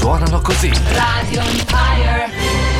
suonano così. Radio Empire.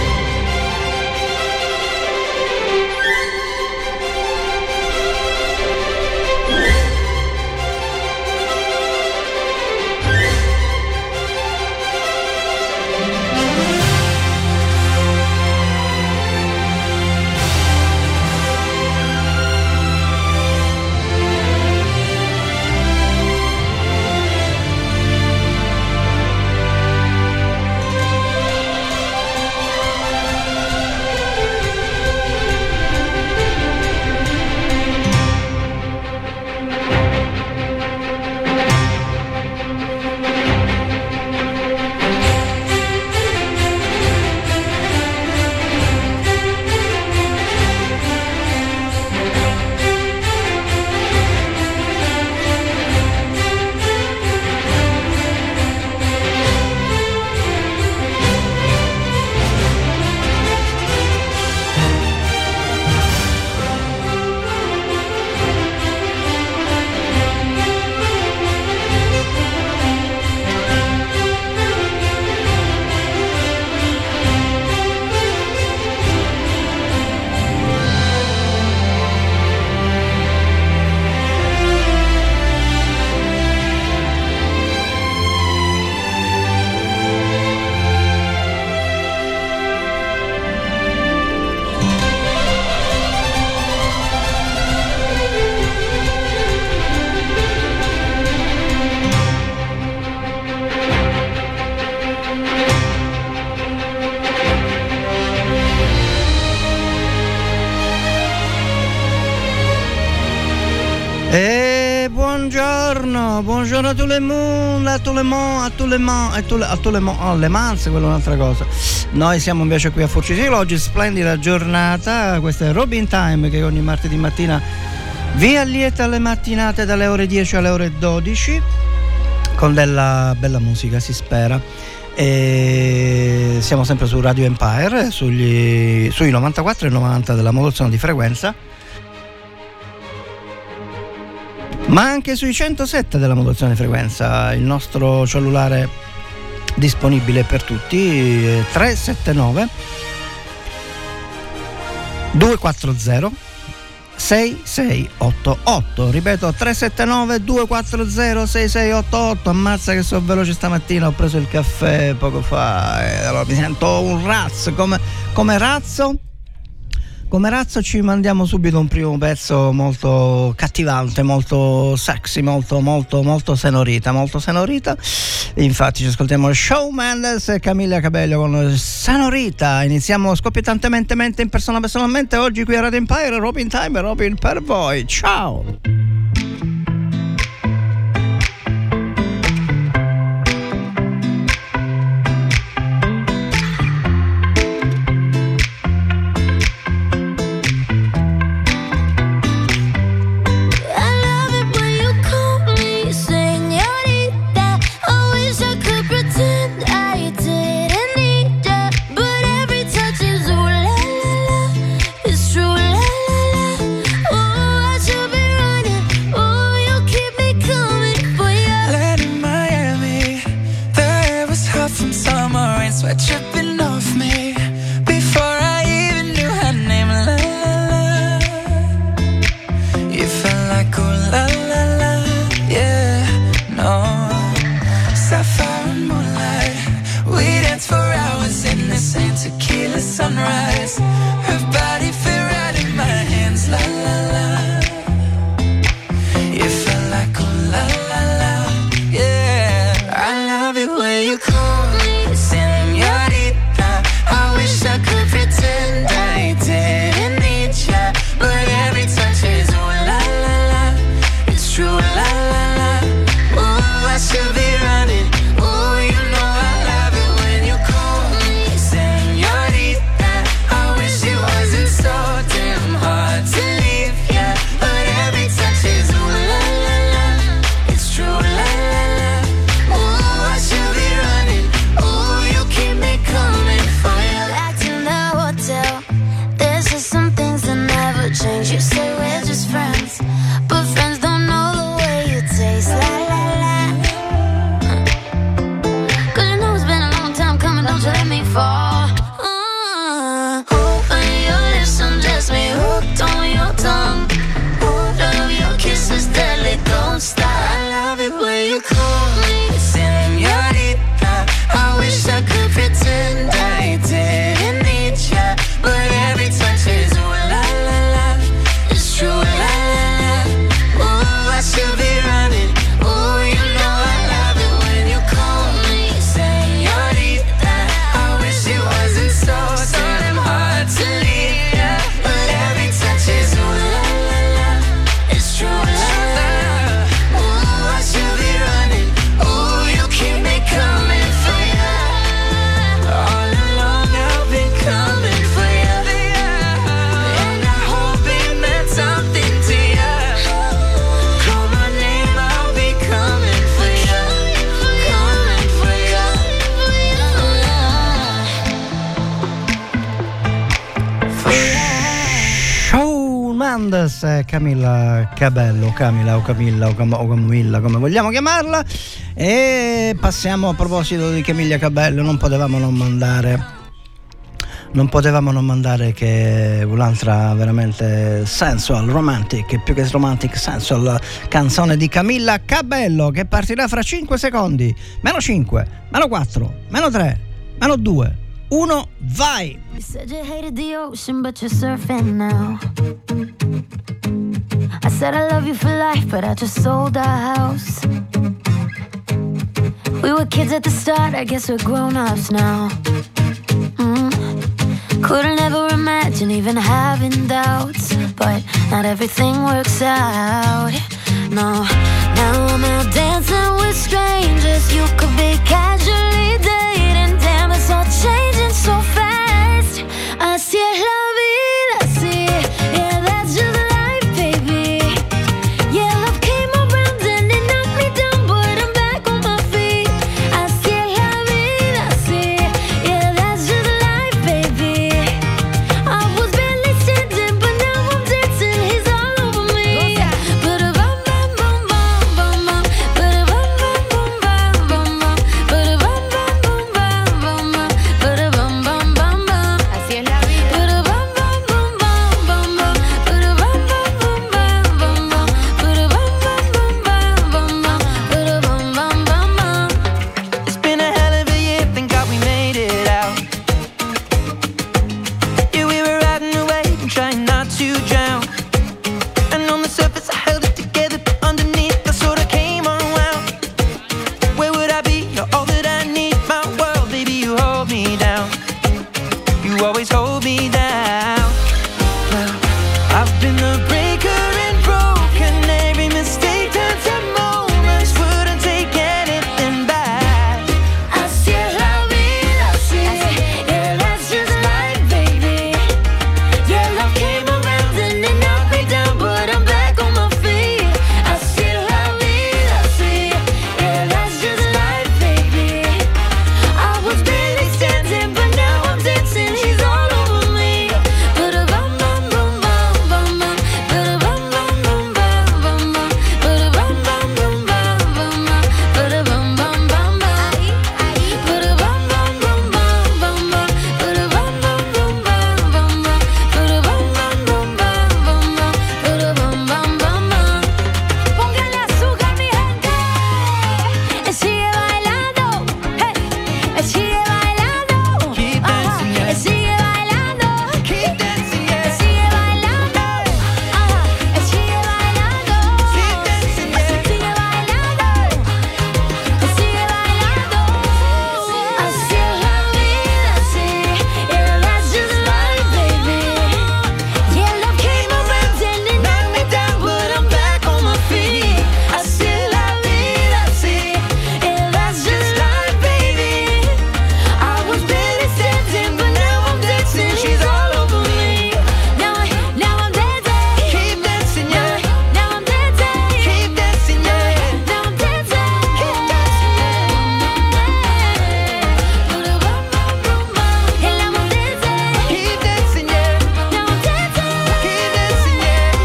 Buongiorno a tout le monde, a tout le monde, a tout le monde, a tout le monde, oh, Le Mans, quella è un'altra cosa. Noi siamo invece qui a Forcisiglio, oggi splendida giornata, questa è Robin Time che ogni martedì mattina vi allieta le mattinate dalle ore 10 alle ore 12 con della bella musica, si spera. E siamo sempre su Radio Empire, sui 94 e 90 della modulazione di frequenza, ma anche sui 107 della modulazione di frequenza. Il nostro cellulare disponibile per tutti, 379 240 6688, ripeto 379 240 6688. Ammazza che sono veloce stamattina, ho preso il caffè poco fa e allora mi sento un razzo, come razzo. Come razzo ci mandiamo subito un primo pezzo molto cattivante, molto sexy, molto senorita. Infatti ci ascoltiamo Shawn Mendes e Camilla Cabello con Senorita. Iniziamo scoppiettantemente in persona personalmente oggi qui a Radio Empire, Robin Time, Robin per voi. Ciao! Running questa è Camilla Cabello, Camilla o Camilla o Camilla, come vogliamo chiamarla. E passiamo, a proposito di Camilla Cabello, non potevamo non mandare che un'altra veramente sensual, romantic, più che romantic, sensual canzone di Camilla Cabello, che partirà fra 5 secondi. Meno 5, meno 4, meno 3, meno 2, 1, vai! You said you hated the ocean, but you're surfing now. I said I love you for life, but I just sold our house. We were kids at the start, I guess we're grown-ups now. Couldn't ever imagine even having doubts, but not everything works out. No, now I'm out dancing with strangers. You could be casually dating. Damn, it's all changing so fast. Así es la vida, sí. Yeah, that's just life, baby. Yeah, love came around and it knocked me down, but I'm back on my feet. Así es la vida, sí. Yeah, that's just life, baby. I was barely standing, but now I'm dancing. He's all over me. Ba-da-bum, bum, bum, bum, bum, ba-da-bum, bum, bum, bum, bum, ba-da-bum, bum, bum, bum, bum, ba-da-bum, bum, bum, bum. Así es la vida. Ba-da-bum, bum, bum, bum, bum, ba-da-bum, bum, bum, bum, bum, ba-da-bum, bum, bum, bum, ba-da-bum, bum, bum, bum. It's been a hell of a year, thank God we made it out. Yeah, we were riding away and trying not to drown. And on the surface I held it together, but underneath I sort of came unwound. Where would I be? You're all that I need, my world, baby, you hold me down. You always hold me down. Well, I've been the breaker and broken. Every mistake turns to moments. Wouldn't take anything back. Así es la vida, sí. Yeah, that's just life, baby. Yeah, love came around and it knocked me down, but I'm back on my feet. Así es la vida, sí. Yeah, that's just life, baby. I was barely standing, but now I'm dancing. He's all over me. Ba-da-bum, bum, bum, bum, bum, bum. Ba-da-bum, bum, bum, bum, bum, bum. Ba-da-bum, bum, bum, bum, bum, bum. Ba-da-bum, bum, bum, bum. Ba-da-bum, bum, bum, bum, bum, bum. Ba-da-bum, bum, bum, bum, bum, bum. Ba-da-bum, bum, bum, bum, bum, bum. Ba-da-bum, bum, bum, bum. Póngale azúcar, mi gente. Sigue bailando. Hey. Sigue bailando. Keep dancing, yeah. Sigue bailando. Keep dancing, yeah. Sigue bailando. Sigue bailando. Keep dancing, yeah. Sigue bailando. Sigue bailando. Así es la vida, sí. Yeah, that's just life, baby. Yeah, love came around and it knocked me down, but I'm back on my feet. Así es la vida, sí. Yeah, that's just life, baby. I was barely standing, but now I'm dancing. She's all over me. Now I'm dancing. Keep dancing, yeah. Now I'm dancing. Keep dancing, yeah. Now I'm dancing. Keep dancing, And now I'm dancing. Keep dancing, yeah. Now I'm dancing. Keep dancing, yeah,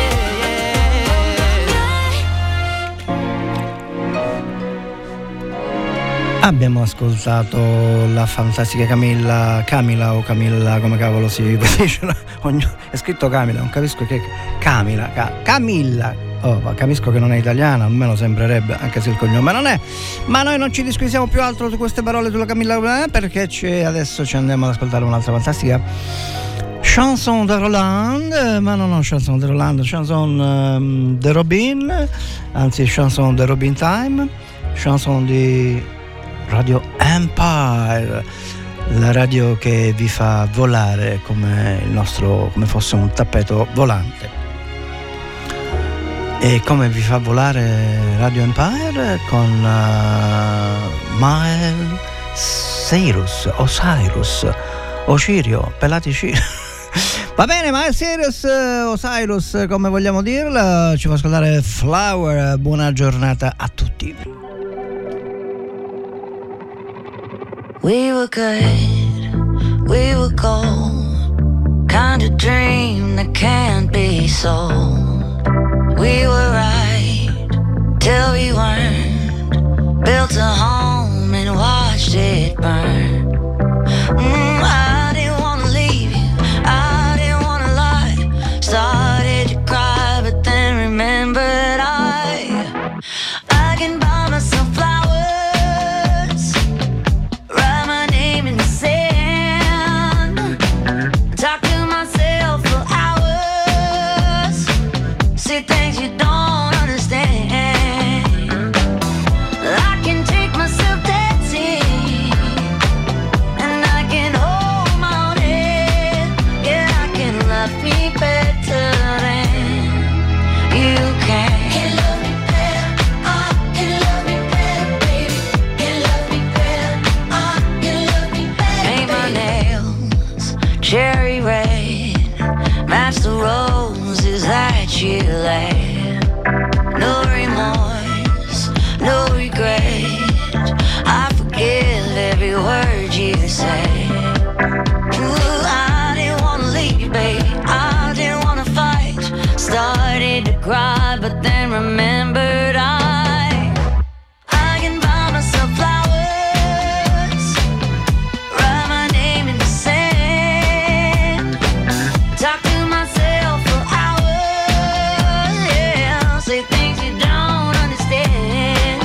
yeah. Abbiamo ascoltato la fantastica Camilla o Camilla, come cavolo si dice? È scritto Camilla, non capisco che Camilla. Oh, capisco che non è italiana, almeno sembrerebbe, anche se il cognome non è. Ma noi non ci disquisiamo più altro su queste parole sulla Camilla, perché adesso ci andiamo ad ascoltare un'altra fantastica chanson de Roland, ma non chanson de Roland, chanson de Robin, anzi chanson de Robin Time, chanson di Radio Empire, la radio che vi fa volare come fosse un tappeto volante. E come vi fa volare Radio Empire? Con Miley Cyrus, Cirio, Pelati Cirio. Va bene, Miley Cyrus o Cyrus, come vogliamo dirla, ci fa ascoltare Flower. Buona giornata a tutti. We were good, we were gold. kind of dream that can't be sold. We were right till we weren't. Built a home and watched it burn. I didn't wanna leave you, I didn't wanna lie. Started to cry, but then remembered I can buy myself flowers, write my name in the sand, talk to myself for hours, say things you don't understand. I can take myself dancing, and I can hold my own head. Yeah, I can love me better than you can. Cherry red, match the roses that you laid. No remorse, no regret, I forgive every word you say. Ooh, I didn't wanna leave, babe, I didn't wanna fight. Started to cry, but then remembered I can buy myself flowers, write my name in the sand, talk to myself for hours, yeah, say things you don't understand.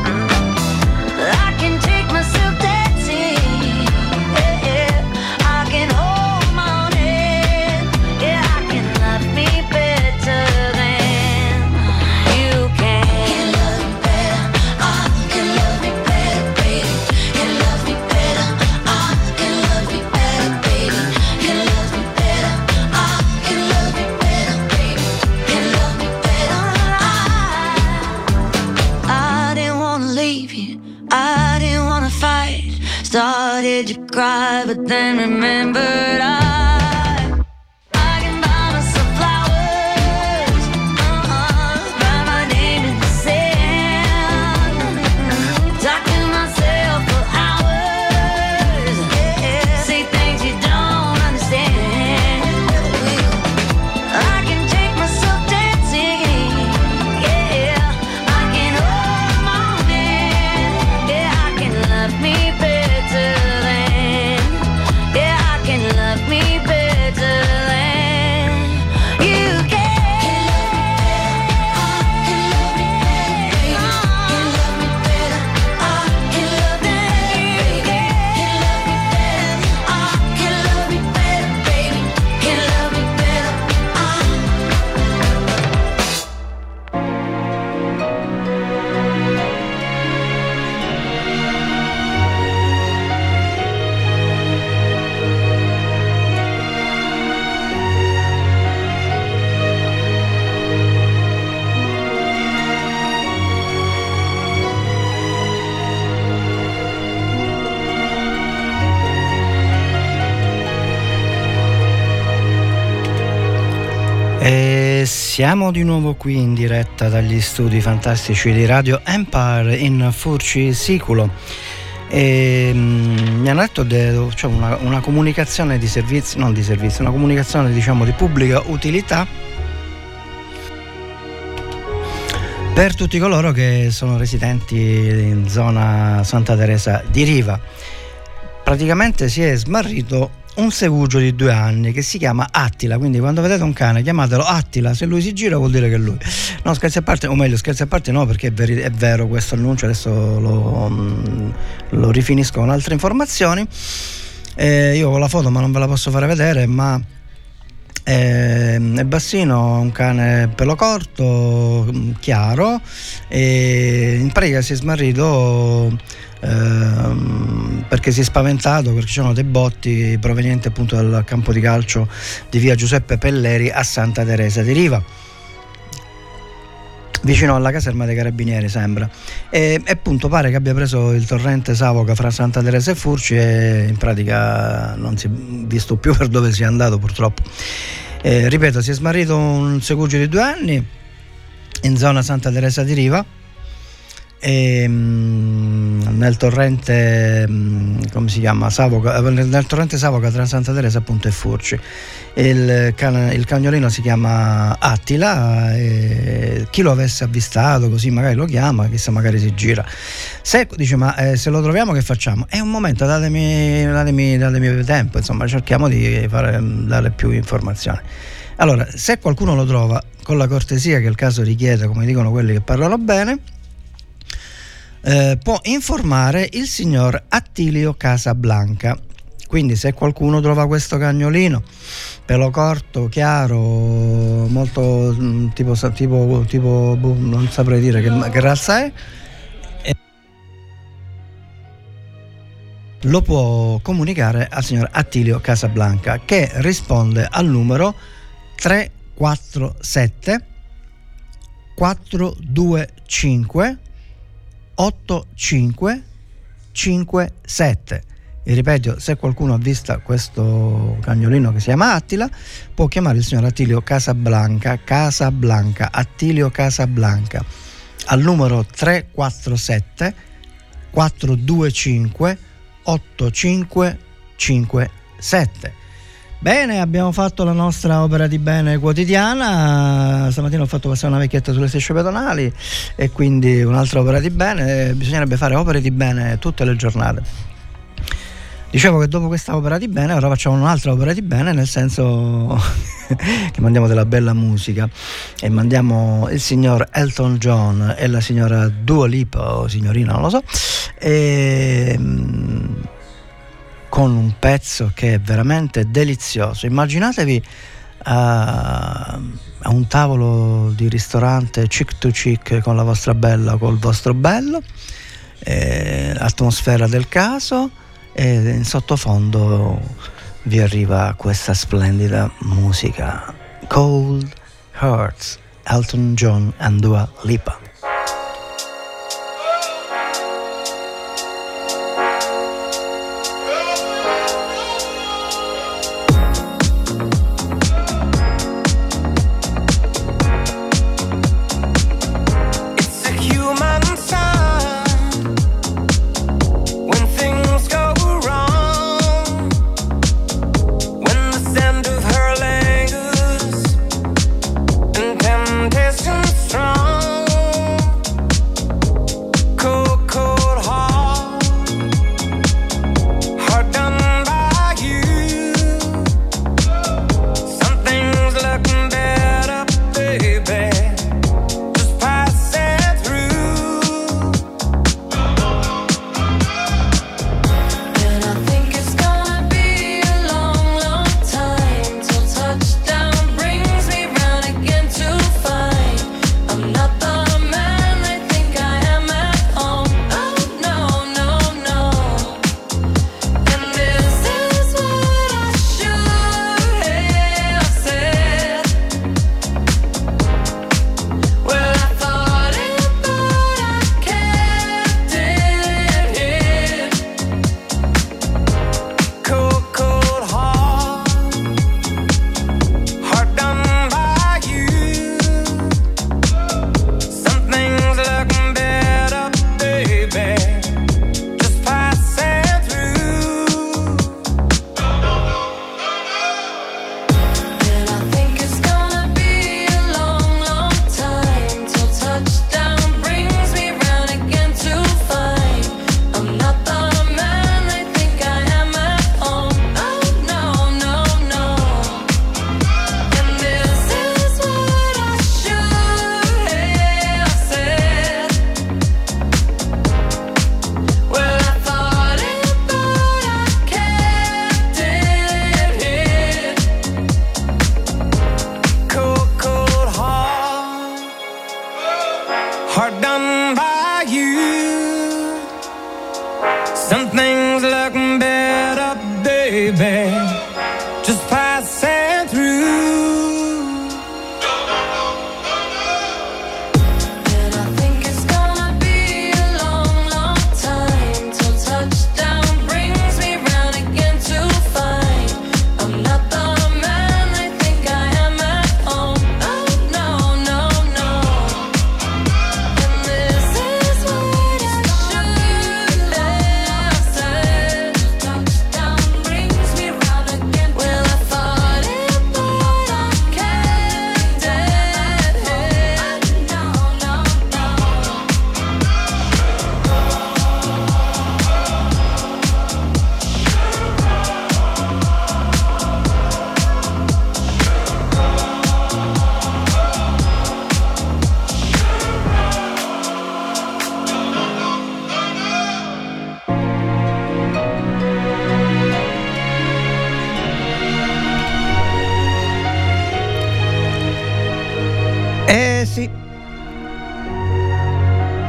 I can take myself dancing, yeah, I can hold my own head, yeah, I can love me better than you can. Can love me better, I can love me better, baby. Can love me better, I can love me better, baby. Can love me better, I can love me better, baby. Can love me better, I didn't wanna leave you, I didn't wanna fight. Started to cry, but then remembered I can buy myself flowers, write my name in the sand, talk to myself for hours, yeah, say things you don't understand. I can take myself dancing, yeah, I can hold my own hand, yeah, I can love me better than, yeah, I can love me better than you can. Can love me better, I can love me better, can love me better, can love me better, I can love me better, baby, can love me better, E siamo di nuovo qui in diretta dagli studi fantastici di Radio Empire in Furci Siculo. E mi hanno detto cioè una comunicazione di servizi, non di servizi, una comunicazione diciamo di pubblica utilità per tutti coloro che sono residenti in zona Santa Teresa di Riva. Praticamente si è smarrito un segugio di 2 anni che si chiama Attila, quindi quando vedete un cane chiamatelo Attila, se lui si gira vuol dire che è lui. No, scherzi a parte, o meglio scherzi a parte no, perché è vero questo annuncio, adesso lo rifinisco con altre informazioni. Io ho la foto ma non ve la posso fare vedere, ma è bassino, un cane pelo corto, chiaro, e in pratica si è smarrito perché si è spaventato, perché c'erano dei botti provenienti appunto dal campo di calcio di via Giuseppe Pelleri a Santa Teresa di Riva, vicino alla caserma dei carabinieri sembra, e appunto pare che abbia preso il torrente Savoca fra Santa Teresa e Furci e in pratica non si è visto più per dove sia andato purtroppo. Ripeto, si è smarrito un segugio di 2 anni in zona Santa Teresa di Riva nel torrente come si chiama? Savoca, nel torrente Savoca tra Santa Teresa appunto e Furci. Il cagnolino si chiama Attila, chi lo avesse avvistato così magari lo chiama, chissà, magari si gira. Se dice ma se lo troviamo che facciamo? È un momento, datemi tempo, insomma, cerchiamo di dare più informazioni. Allora, se qualcuno lo trova, con la cortesia che il caso richiede, come dicono quelli che parlano bene, può informare il signor Attilio Casablanca. Quindi se qualcuno trova questo cagnolino, pelo corto, chiaro, molto tipo non saprei dire che razza è, lo può comunicare al signor Attilio Casablanca, che risponde al numero 347 425 8557. E ripeto, se qualcuno ha visto questo cagnolino che si chiama Attila, può chiamare il signor Attilio Casablanca, Attilio Casablanca, al numero 347 425 8557. Bene, abbiamo fatto la nostra opera di bene quotidiana. Stamattina ho fatto passare una vecchietta sulle strisce pedonali e quindi un'altra opera di bene. Bisognerebbe fare opere di bene tutte le giornate. Dicevo che dopo questa opera di bene ora facciamo un'altra opera di bene, nel senso che mandiamo della bella musica e mandiamo il signor Elton John e la signora Dua Lipa, o signorina, non lo so, con un pezzo che è veramente delizioso. Immaginatevi a un tavolo di ristorante chic to chic con la vostra bella, col vostro bello, atmosfera del caso, e in sottofondo vi arriva questa splendida musica. Cold Hearts, Elton John and Dua Lipa. Strong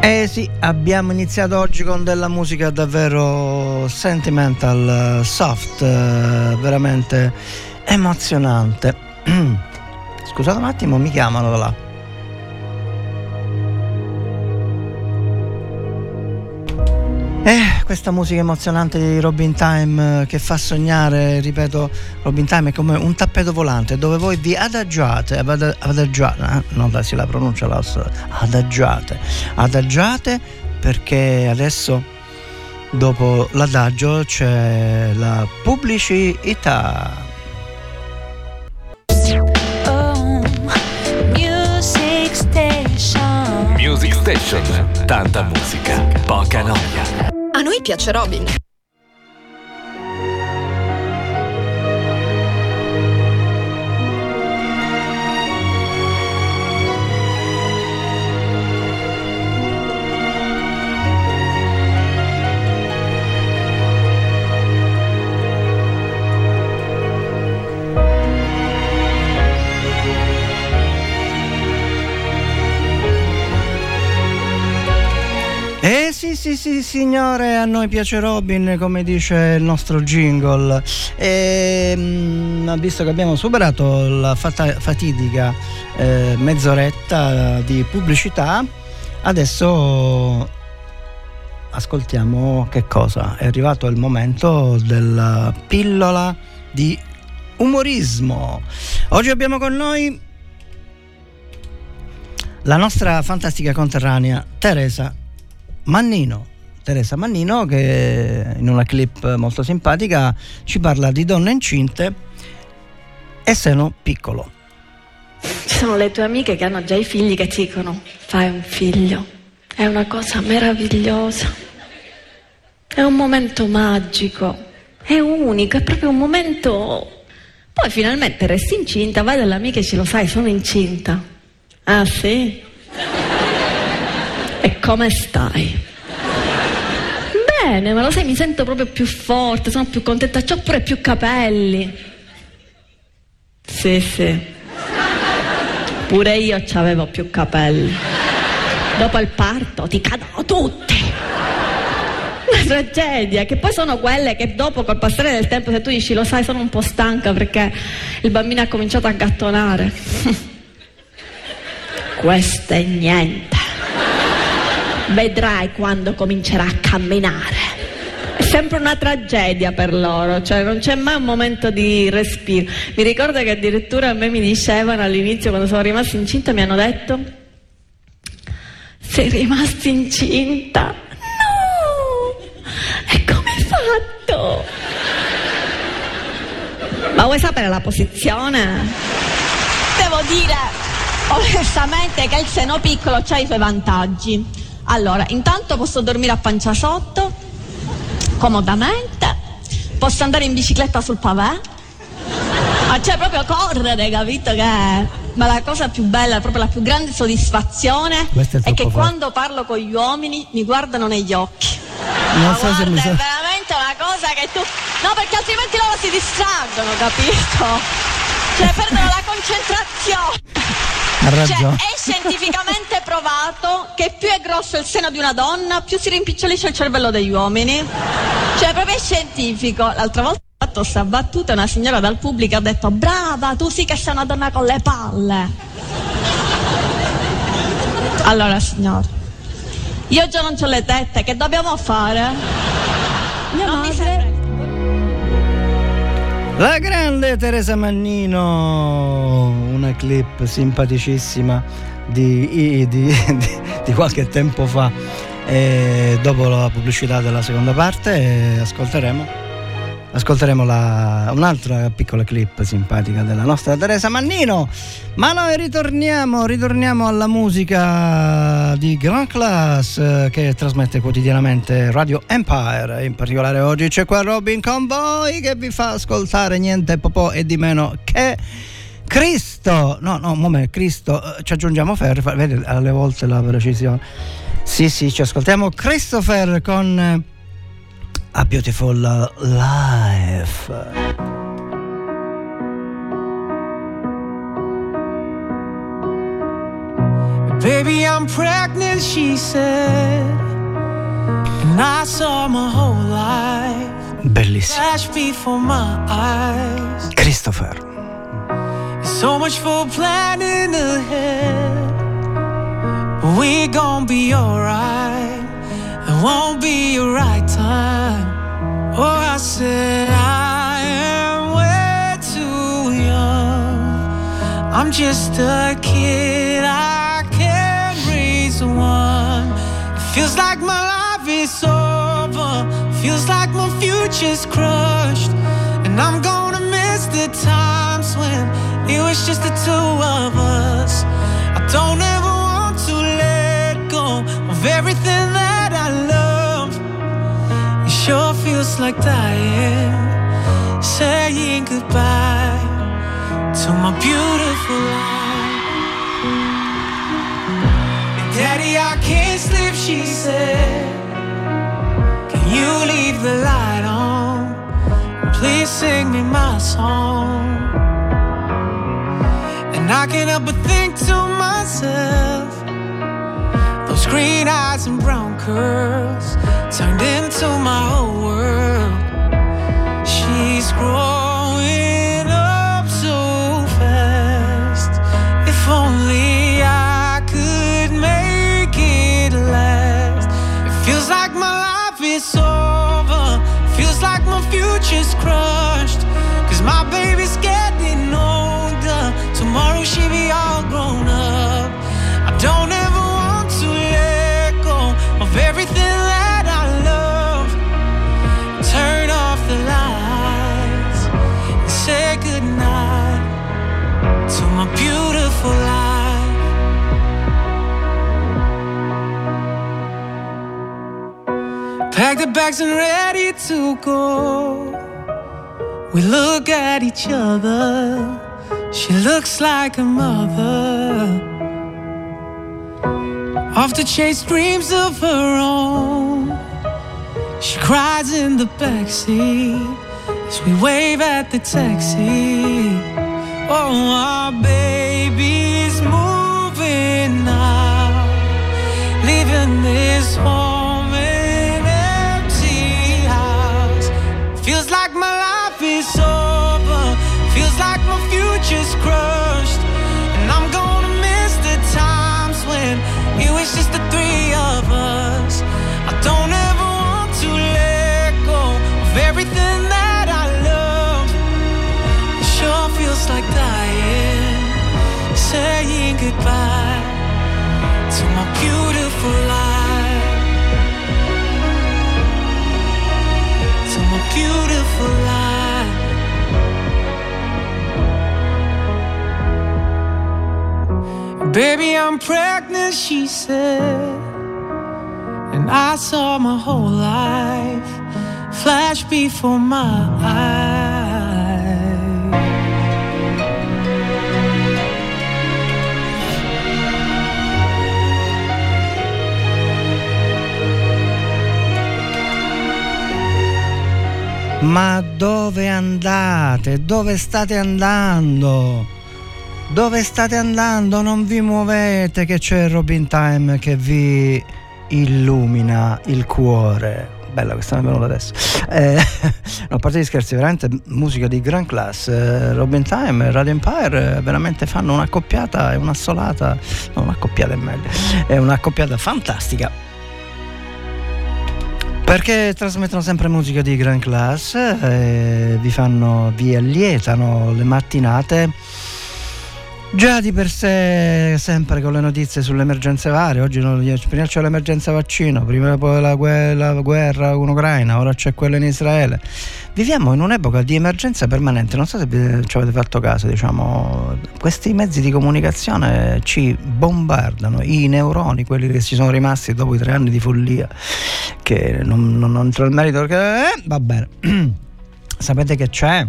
Eh sì, abbiamo iniziato oggi con della musica davvero sentimental, soft, veramente emozionante. Scusate un attimo, mi chiamano da là. Questa musica emozionante di Robin Time che fa sognare, ripeto, Robin Time è come un tappeto volante dove voi vi adagiate, no, sì, la pronuncia la so, adagiate perché adesso dopo l'adagio c'è la pubblicità. Music Station, tanta musica, poca noia. A noi piace Robin. Sì, signore, a noi piace Robin, come dice il nostro jingle. Visto che abbiamo superato la fatidica mezz'oretta di pubblicità, adesso ascoltiamo che cosa? È arrivato il momento della pillola di umorismo. Oggi abbiamo con noi la nostra fantastica conterranea Teresa Mannino, che in una clip molto simpatica ci parla di donne incinte e seno piccolo. Ci sono le tue amiche che hanno già i figli che ti dicono: fai un figlio, è una cosa meravigliosa, è un momento magico, è unico, è proprio un momento. Poi finalmente resti incinta, vai dalle amiche e dici: lo sai, sono incinta. Ah sì? E come stai? Bene, ma lo sai, mi sento proprio più forte, sono più contenta, c'ho pure più capelli. Sì, pure io c'avevo più capelli. Dopo il parto ti cadono tutti. Una tragedia, che poi sono quelle che dopo, col passare del tempo, se tu dici: lo sai, sono un po' stanca perché il bambino ha cominciato a gattonare. Questo è niente. Vedrai quando comincerà a camminare. È sempre una tragedia per loro, cioè non c'è mai un momento di respiro. Mi ricordo che addirittura a me mi dicevano all'inizio, quando sono rimasta incinta, mi hanno detto: sei rimasta incinta? No! E come hai fatto? Ma vuoi sapere la posizione? Devo dire onestamente che il seno piccolo ha i suoi vantaggi. Allora, intanto posso dormire a pancia sotto, comodamente, posso andare in bicicletta sul pavè, ma c'è proprio correre, capito? Che ma la cosa più bella, proprio la più grande soddisfazione è che quando parlo con gli uomini mi guardano negli occhi. Non ma so guarda, se mi è veramente una cosa che tu... No, perché altrimenti loro si distraggono, capito? Cioè perdono la concentrazione. Cioè, è scientificamente provato che più è grosso il seno di una donna, più si rimpicciolisce il cervello degli uomini. Cioè, proprio è scientifico. L'altra volta ho fatto sta battuta e una signora dal pubblico ha detto: brava, tu sì che sei una donna con le palle. Allora, signora, io già non c'ho le tette, che dobbiamo fare? Non mi serve. La grande Teresa Mannino, una clip simpaticissima di qualche tempo fa, e dopo la pubblicità della seconda parte ascolteremo un'altra piccola clip simpatica della nostra Teresa Mannino. Ma noi ritorniamo alla musica di Grand Class, che trasmette quotidianamente Radio Empire. In particolare oggi c'è qua Robin con voi, che vi fa ascoltare niente po' e di meno che Cristo. Cristo, ci aggiungiamo Ferri, vedi alle volte la precisione. Sì, ci ascoltiamo Christopher con A Beautiful Life. A Baby, I'm pregnant, she said, and I saw my whole life bellissimo. flash before my eyes. Christopher. So much for planning ahead, but we gon' be alright. It won't be a right time. Oh, I said I am way too young. I'm just a kid, I can't raise one. It feels like my life is over, feels like my future's crushed, and I'm gonna miss the times when it was just the two of us. I don't ever want to let go of everything that I love. It sure feels like dying, saying goodbye to my beautiful life. Daddy, I can't sleep, she said. Can you leave the light on? Please sing me my song. And I can't help but think to myself, those green eyes and brown curls turned into my whole world. She's growing up so fast. If only I could make it last. It feels like my life is over, feels like my future's crushed, 'cause my baby's getting older. Tomorrow she'll be all grown up. I don't ever want to let go of everything that I love. Turn off the lights and say goodnight to my beautiful life. Pack the bags and ready to go. We look at each other. She looks like a mother, off to chase dreams of her own. She cries in the backseat as we wave at the taxi. Oh, our baby's moving now, leaving this home an empty house. Feels like my life is over, feels like my future's crushed, and I'm gonna miss the times when it was just the three of us. I don't ever want to let go of everything that I love. It sure feels like dying, saying goodbye to my beautiful life, to my beautiful life. Baby, I'm pregnant, she said, and I saw my whole life flash before my eyes. Ma dove andate? Dove state andando? Dove state andando? Non vi muovete, che c'è Robin Time che vi illumina il cuore. Bella, questa mi è venuta adesso. No, a parte gli scherzi, veramente musica di gran classe. Robin Time e Radio Empire veramente fanno un'accoppiata e un'assolata. No, un'accoppiata è meglio. È un'accoppiata fantastica, perché trasmettono sempre musica di gran classe, vi allietano le mattinate. Già di per sé, sempre con le notizie sulle emergenze varie. Oggi prima c'è l'emergenza vaccino, prima poi la guerra in Ucraina, ora c'è quella in Israele. Viviamo in un'epoca di emergenza permanente. Non so se ci avete fatto caso, diciamo, questi mezzi di comunicazione ci bombardano, i neuroni, quelli che ci sono rimasti dopo i 3 anni di follia, che non entro nel merito perché va bene. Sapete che c'è?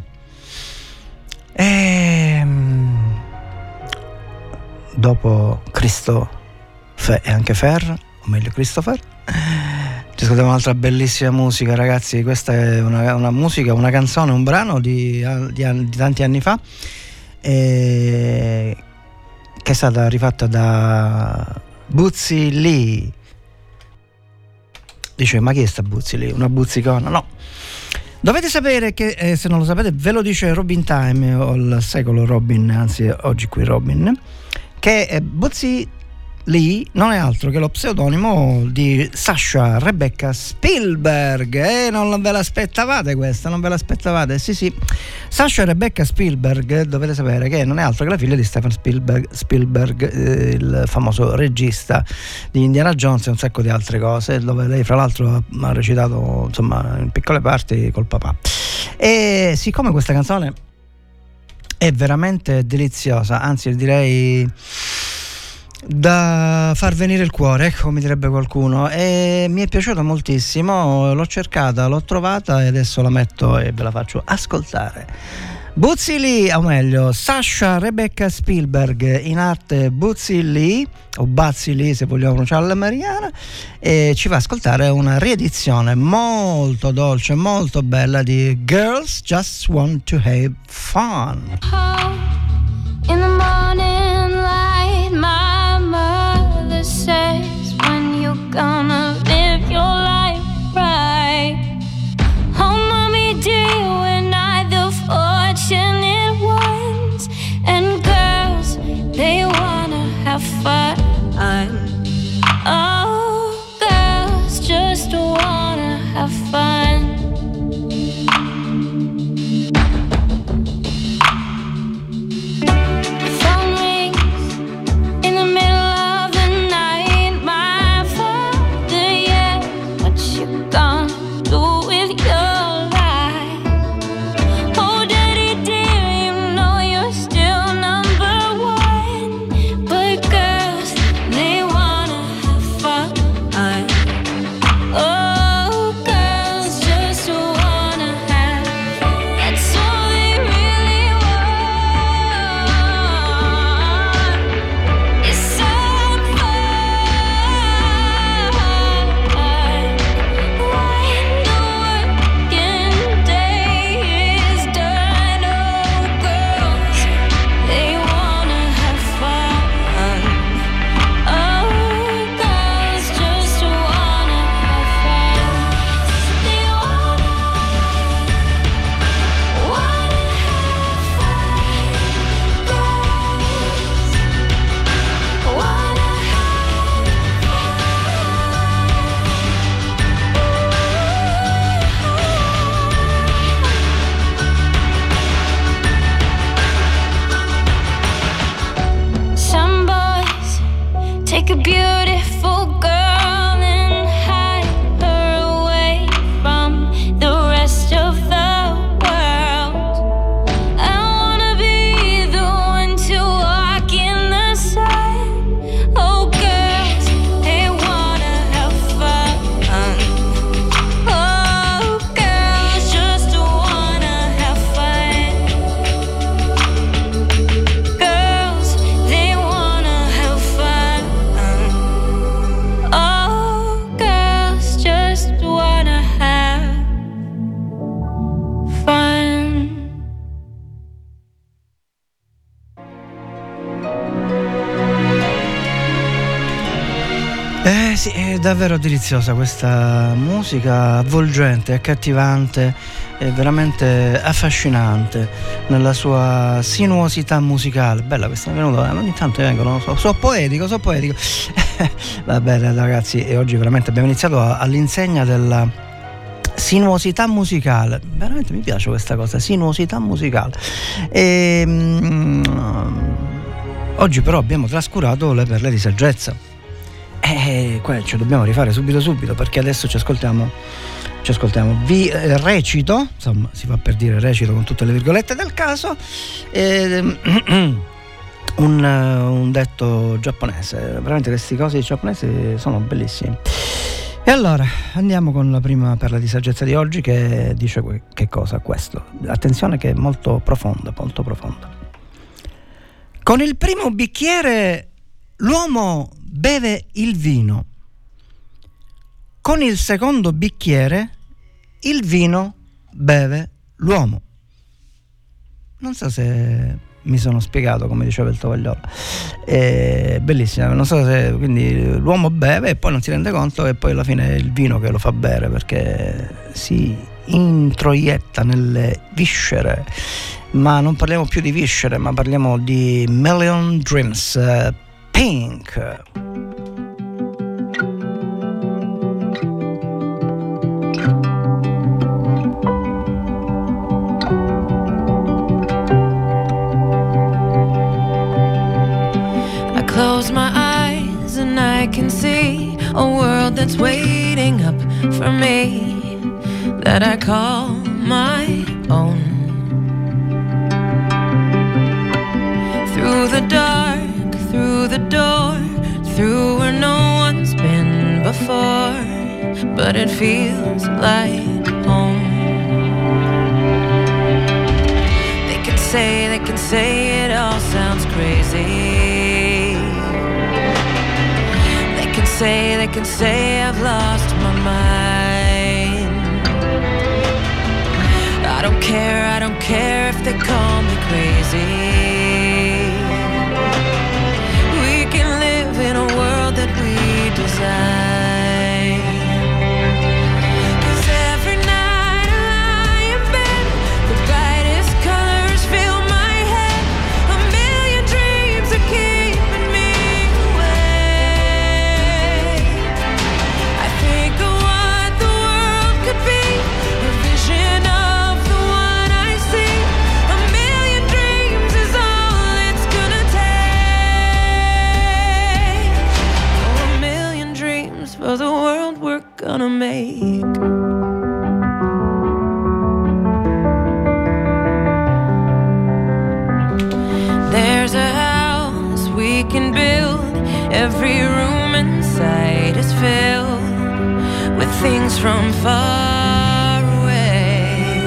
Dopo Cristo e anche Fer, o meglio Christopher, ci ascoltiamo un'altra bellissima musica, ragazzi. Questa è una musica, una canzone, un brano di tanti anni fa, che è stata rifatta da Bootsy Lee. Dice, ma chi è sta Bootsy Lee? Una buzzicona? No. Dovete sapere che, se non lo sapete, ve lo dice Robin Time, o il secolo Robin, anzi oggi qui Robin, che Bootsy Lee non è altro che lo pseudonimo di Sasha Rebecca Spielberg. Non ve l'aspettavate questa? Non ve l'aspettavate? Sì. Sasha Rebecca Spielberg, dovete sapere che non è altro che la figlia di Steven Spielberg, il famoso regista di Indiana Jones e un sacco di altre cose, dove lei fra l'altro ha recitato, insomma, in piccole parti col papà. E siccome questa canzone è veramente deliziosa, anzi direi da far venire il cuore, come direbbe qualcuno, e mi è piaciuta moltissimo, l'ho cercata, l'ho trovata e adesso la metto e ve la faccio ascoltare. Bootsy Lee, o meglio Sasha Rebecca Spielberg, in arte Bootsy Lee o Buzzy Lee se vogliamo pronunciare alla Mariana, e ci fa ascoltare una riedizione molto dolce, molto bella di Girls Just Want to Have Fun. In the morning light, my mother says, when you gonna live your life right? Oh, mommy, dear, we're not the fortunate ones, and girls, they wanna have fun. Oh, girls just wanna have fun. Take a beautiful girl and hide her away from the rest of the world. I wanna be the one to walk in the sun. Oh, girls, they wanna have fun. Oh, girls just wanna have fun. Girls, they wanna have fun. Oh, girls just wanna have fun. Sì, è davvero deliziosa questa musica, avvolgente, accattivante e veramente affascinante nella sua sinuosità musicale. Bella questa, mi è venuta, ogni tanto mi vengono, so poetico. Va bene ragazzi, e oggi veramente abbiamo iniziato all'insegna della sinuosità musicale. Veramente mi piace questa cosa, sinuosità musicale. Oggi però abbiamo trascurato le perle di saggezza. Qua ci dobbiamo rifare subito, perché adesso ci ascoltiamo. Vi recito, insomma, si fa per dire recito con tutte le virgolette del caso, un detto giapponese. Veramente questi cosi giapponesi sono bellissimi. E allora andiamo con la prima perla di saggezza di oggi, che dice che cosa? Questo, attenzione, che è molto profonda. Con il primo bicchiere l'uomo beve il vino, con il secondo bicchiere il vino beve l'uomo. Non so se mi sono spiegato, come diceva il Tovagliolo. Bellissima, non so se quindi l'uomo beve e poi non si rende conto che poi alla fine è il vino che lo fa bere, perché si introietta nelle viscere. Ma non parliamo più di viscere, ma parliamo di Million Dreams. Pink. Close my eyes and I can see a world that's waiting up for me, that I call my own. Through the dark, through the door, through where no one's been before, but it feels like home. They can say it all sounds crazy. They can say I've lost my mind. I don't care if they call me crazy. We can live in a world that we design. 'Cause every night I lie in bed, the brightest colors fill my head. A million dreams are keeping me awake. I think of what the world could be, a vision of the one I see. A million dreams is all it's gonna take. Oh, a million dreams for the world we're gonna make. There's a house we can build. Every room inside is filled with things from far away.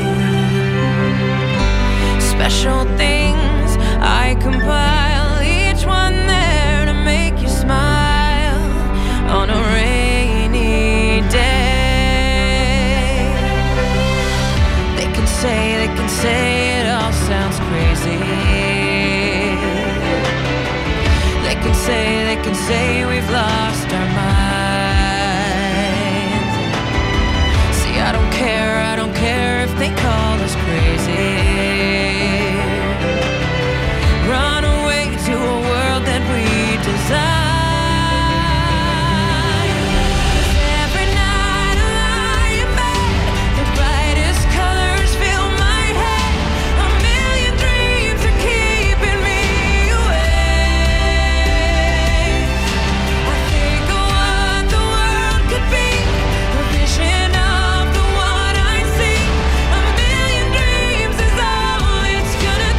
Special things I compile, each one there to make you smile on a rainy day. They can say it all sounds crazy. They can say we've lost our minds. See, I don't care if they call us crazy. Run away to a world that we design. Every night I lie in bed, the brightest colors fill my head. A million dreams are keeping me awake. I think of what the world could be, a vision of the one I see. A million dreams is all it's gonna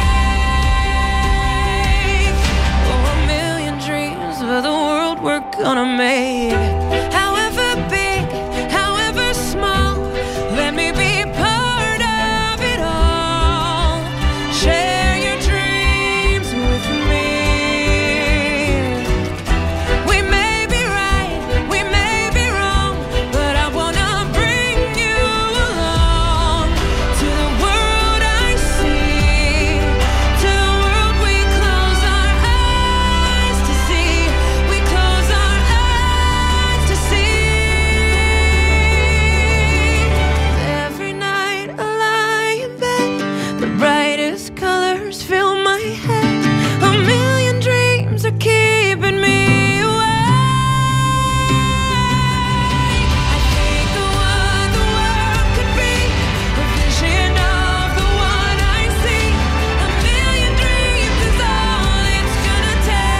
take. Oh, a million dreams for the world we're gonna make. However big, however small, let me be part of it all. Share your dreams with me. We may be right, we may be wrong, but I wanna bring you along to the world I see, to the world we close our eyes to see. We close our eyes to see. Every night I lie in bed, the brightest colors fill my head. A million dreams are keeping me awake. I think of what the world could be, a vision of the one I see. A million dreams is all it's gonna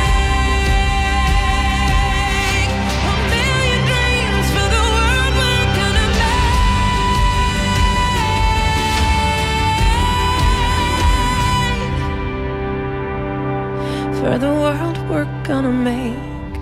take. A million dreams for the world we're gonna make. For the world we're gonna make.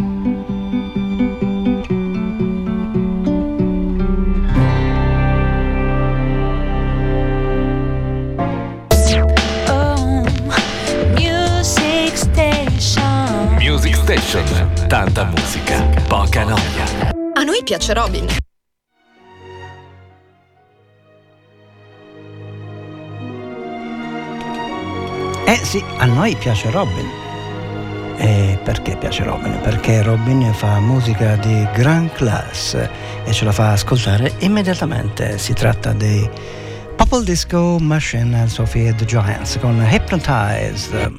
Oh, Music Station. Music Station, tanta musica, poca noia. A noi piace Robin. Sì, a noi piace Robin. E perché piace Robin? Perché Robin fa musica di gran class e ce la fa ascoltare immediatamente. Si tratta di Purple Disco Machine and Sophie and the Giants con Hypnotized.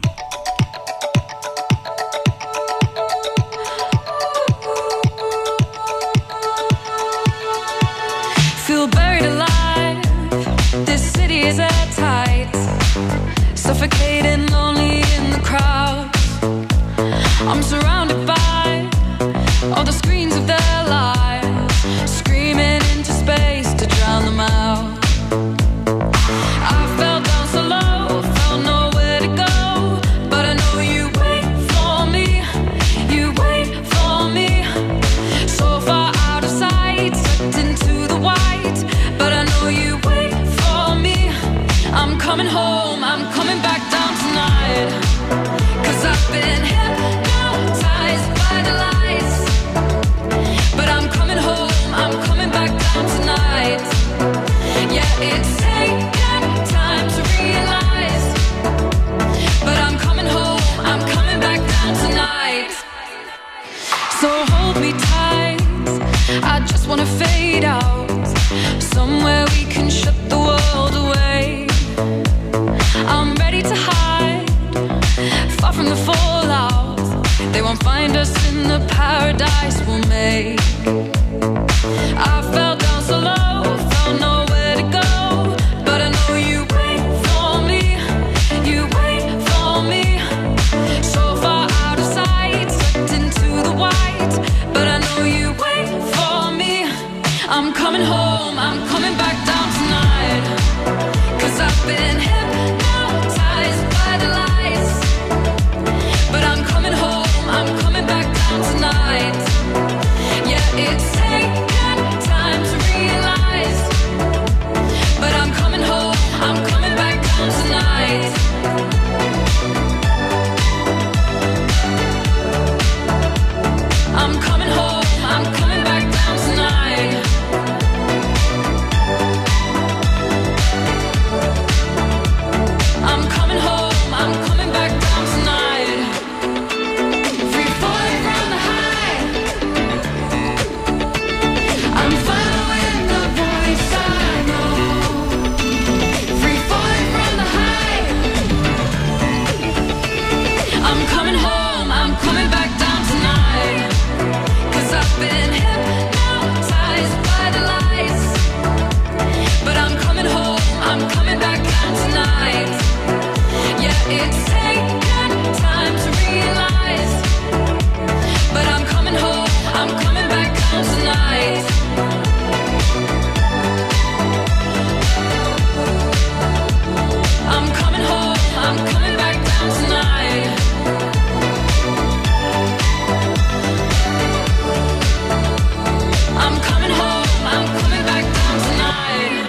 Feel buried alive. This city is at tight. Suffocating, lonely in the crowd. I'm surrounded by all the screens of their lives, screaming into space to drown them out. I fell down so low, felt nowhere to go, but I know you wait for me, you wait for me. So far out of sight, sucked into the white, but I know you wait for me. I'm coming home, I'm coming back down tonight, 'cause I've been hypnotized by the lights. But I'm coming home, I'm coming back down tonight. Yeah, it's taken time to realize, but I'm coming home, I'm coming back down tonight. So hold me tight, I just wanna fade out, somewhere we can shut the world away. I'm ready to hide, far from the fallout. They won't find us in the paradise we'll make. I fell down so low, felt nowhere to go, but I know you wait for me, you wait for me. So far out of sight, sucked into the white, but I know you wait for me. I'm coming home, I'm coming back down tonight, 'cause I've been hypnotized by the lights. But I'm coming home, I'm coming back down tonight. Yeah, it's taken time to realize, but I'm coming home, I'm coming back down tonight. I'm coming home, I'm coming back down tonight. I'm coming home, I'm coming back down tonight. Free falling from the high, I'm following the voice I know. Free falling from the high, I'm coming home, I'm coming back down tonight, 'cause I've been hypnotized by the lights. But I'm coming home, I'm coming back down tonight. Yeah, it's taken time to realize, but I'm coming home, I'm coming back down tonight. I'm coming home, I'm coming back down tonight. I'm coming home, I'm coming back down tonight.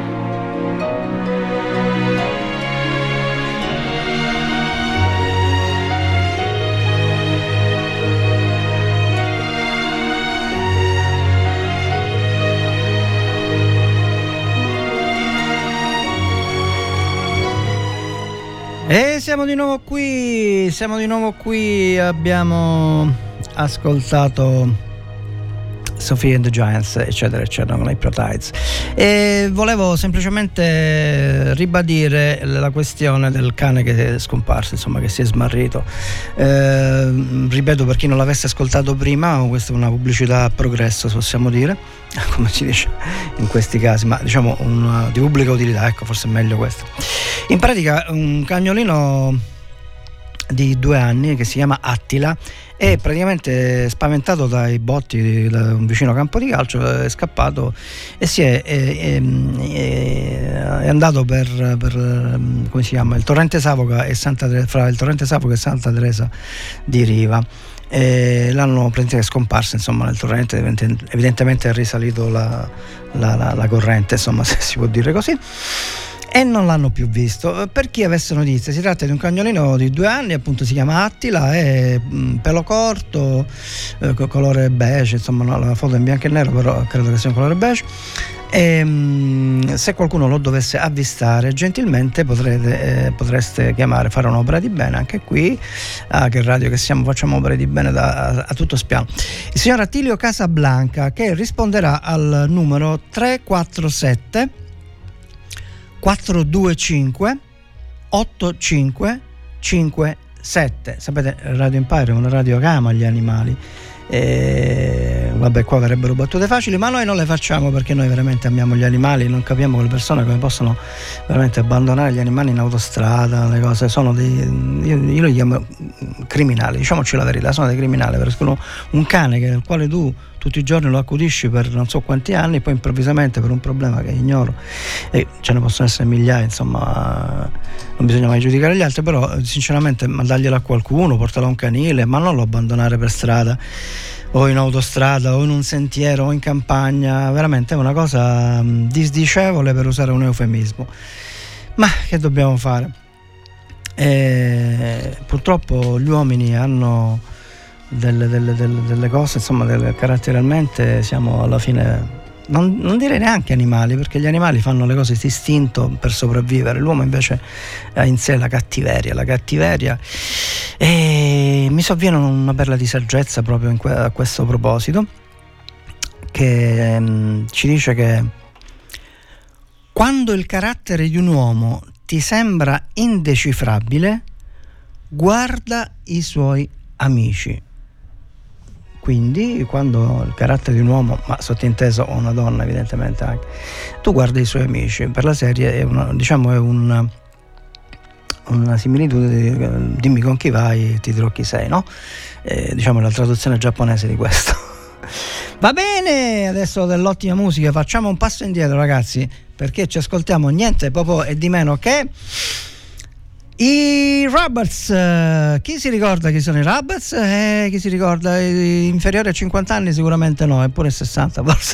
E siamo di nuovo qui, abbiamo ascoltato Sophie and the Giants, eccetera eccetera, con Hypnotized, e volevo semplicemente ribadire la questione del cane che è scomparso, insomma, che si è smarrito. Ripeto, per chi non l'avesse ascoltato prima, questa è una pubblicità a progresso, possiamo dire, come si dice in questi casi, ma diciamo di pubblica utilità, ecco, forse è meglio questo. In pratica un cagnolino di 2 anni che si chiama Attila è praticamente spaventato dai botti da un vicino campo di calcio, è scappato e è andato per come si chiama, il torrente Savoca e fra il torrente Savoca e Santa Teresa di Riva. L'hanno praticamente scomparso, insomma, nel torrente, evidentemente è risalito la corrente, insomma, se si può dire così, e non l'hanno più visto. Per chi avesse notizie, si tratta di un cagnolino di 2 anni, appunto, si chiama Attila, è pelo corto, colore beige, insomma, no, la foto è in bianco e nero, però credo che sia un colore beige. E se qualcuno lo dovesse avvistare, gentilmente potreste chiamare, fare un'opera di bene anche qui a Che Radio Che Siamo, facciamo opere di bene a tutto spiano. Il signor Attilio Casablanca, che risponderà al numero 347 425 8557. Sapete, Radio Empire è una radio che ama gli animali. Vabbè, qua verrebbero battute facili, ma noi non le facciamo perché noi veramente amiamo gli animali. Non capiamo quelle persone come possono veramente abbandonare gli animali in autostrada. Le cose sono io li chiamo criminali, diciamoci la verità, sono dei criminali, perché un cane il quale tu tutti i giorni lo accudisci per non so quanti anni, poi improvvisamente per un problema che ignoro, e ce ne possono essere migliaia, insomma non bisogna mai giudicare gli altri, però sinceramente mandarglielo a qualcuno, portarlo a un canile, ma non lo abbandonare per strada o in autostrada o in un sentiero o in campagna. Veramente è una cosa disdicevole, per usare un eufemismo, ma che dobbiamo fare? Purtroppo gli uomini hanno delle cose, insomma, caratterialmente siamo alla fine, non direi neanche animali, perché gli animali fanno le cose d'istinto per sopravvivere, l'uomo invece ha in sé la cattiveria, e mi sovviene una perla di saggezza proprio a questo proposito, che ci dice che quando il carattere di un uomo ti sembra indecifrabile, guarda i suoi amici. Quindi quando il carattere di un uomo, ma sottinteso una donna evidentemente anche, tu guardi i suoi amici, per la serie è una similitudine, dimmi con chi vai, ti dirò chi sei, no? Diciamo la traduzione giapponese di questo. Va bene, adesso dell'ottima musica facciamo un passo indietro, ragazzi, perché ci ascoltiamo niente poco e di meno che i Rubbers. Chi si ricorda chi sono i Rubbers? Chi si ricorda? Inferiore a 50 anni sicuramente no, eppure 60 forse.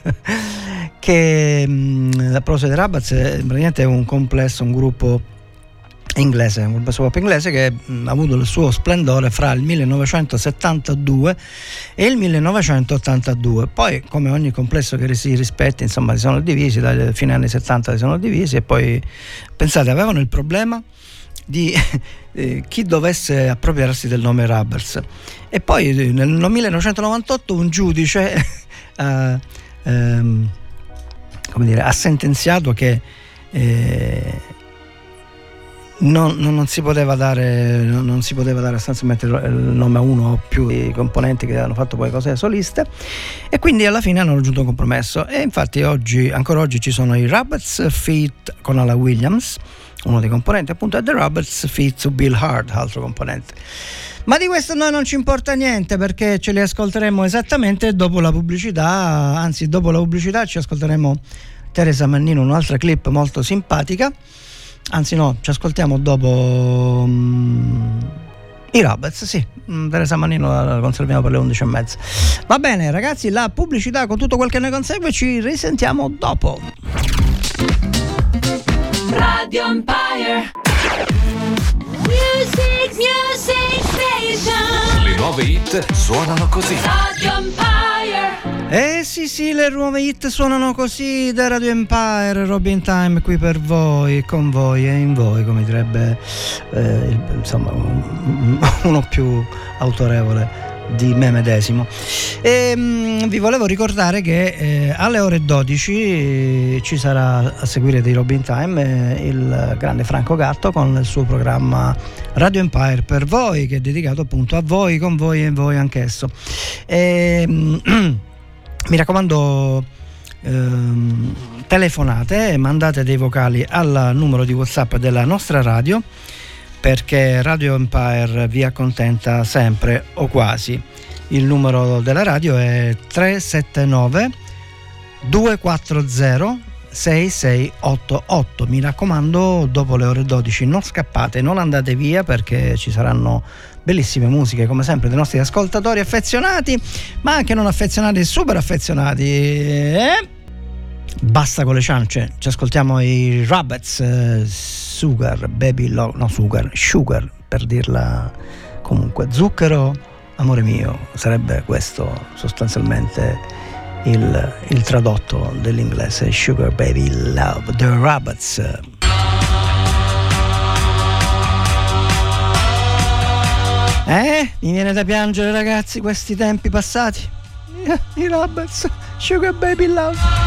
Che a proposito dei Rubbers, praticamente è un complesso, un gruppo inglese, un gruppo pop inglese che ha avuto il suo splendore fra il 1972 e il 1982. Poi, come ogni complesso che si rispetti, insomma, si sono divisi, dai fine anni 70 si sono divisi, e poi pensate, avevano il problema di chi dovesse appropriarsi del nome Rubbers, e poi nel 1998 un giudice ha sentenziato che non si poteva dare sostanzialmente il nome a uno o più i componenti che hanno fatto poi cose soliste, e quindi alla fine hanno raggiunto un compromesso, e infatti ancora oggi ci sono i Rubbers feat. con Ala Williams, uno dei componenti appunto, e The Rubbers feat. to Bill Hart, altro componente. Ma di questo noi non ci importa niente, perché ce li ascolteremo esattamente dopo la pubblicità. Anzi, dopo la pubblicità ci ascolteremo Teresa Mannino, un'altra clip molto simpatica. Anzi no, ci ascoltiamo dopo i Rubbers, sì. Teresa Mannino la conserviamo per le 11:30. Va bene ragazzi, la pubblicità con tutto quel che ne consegue, ci risentiamo dopo. Radio Empire. Music Station. Le nuove hit suonano così. Radio Empire. Sì, le nuove hit suonano così da Radio Empire. Robin Time qui per voi, con voi e in voi, come direbbe insomma uno più autorevole di me medesimo. Vi volevo ricordare che alle ore 12 ci sarà a seguire di Robin Time il grande Franco Gatto con il suo programma Radio Empire per voi, che è dedicato appunto a voi, con voi e in voi anch'esso. Mi raccomando, telefonate e mandate dei vocali al numero di WhatsApp della nostra radio, perché Radio Empire vi accontenta sempre o quasi. Il numero della radio è 379 240 6688. Mi raccomando, dopo le ore 12 non scappate, non andate via, perché ci saranno bellissime musiche come sempre dei nostri ascoltatori affezionati, ma anche non affezionati, super affezionati. Basta con le ciance, ci ascoltiamo i Rubbers, Sugar Baby Love, no Sugar per dirla comunque, zucchero amore mio, sarebbe questo sostanzialmente il tradotto dell'inglese Sugar Baby Love, The Rabbits. Mi viene da piangere, ragazzi, questi tempi passati. I Rabbits, Sugar Baby Love.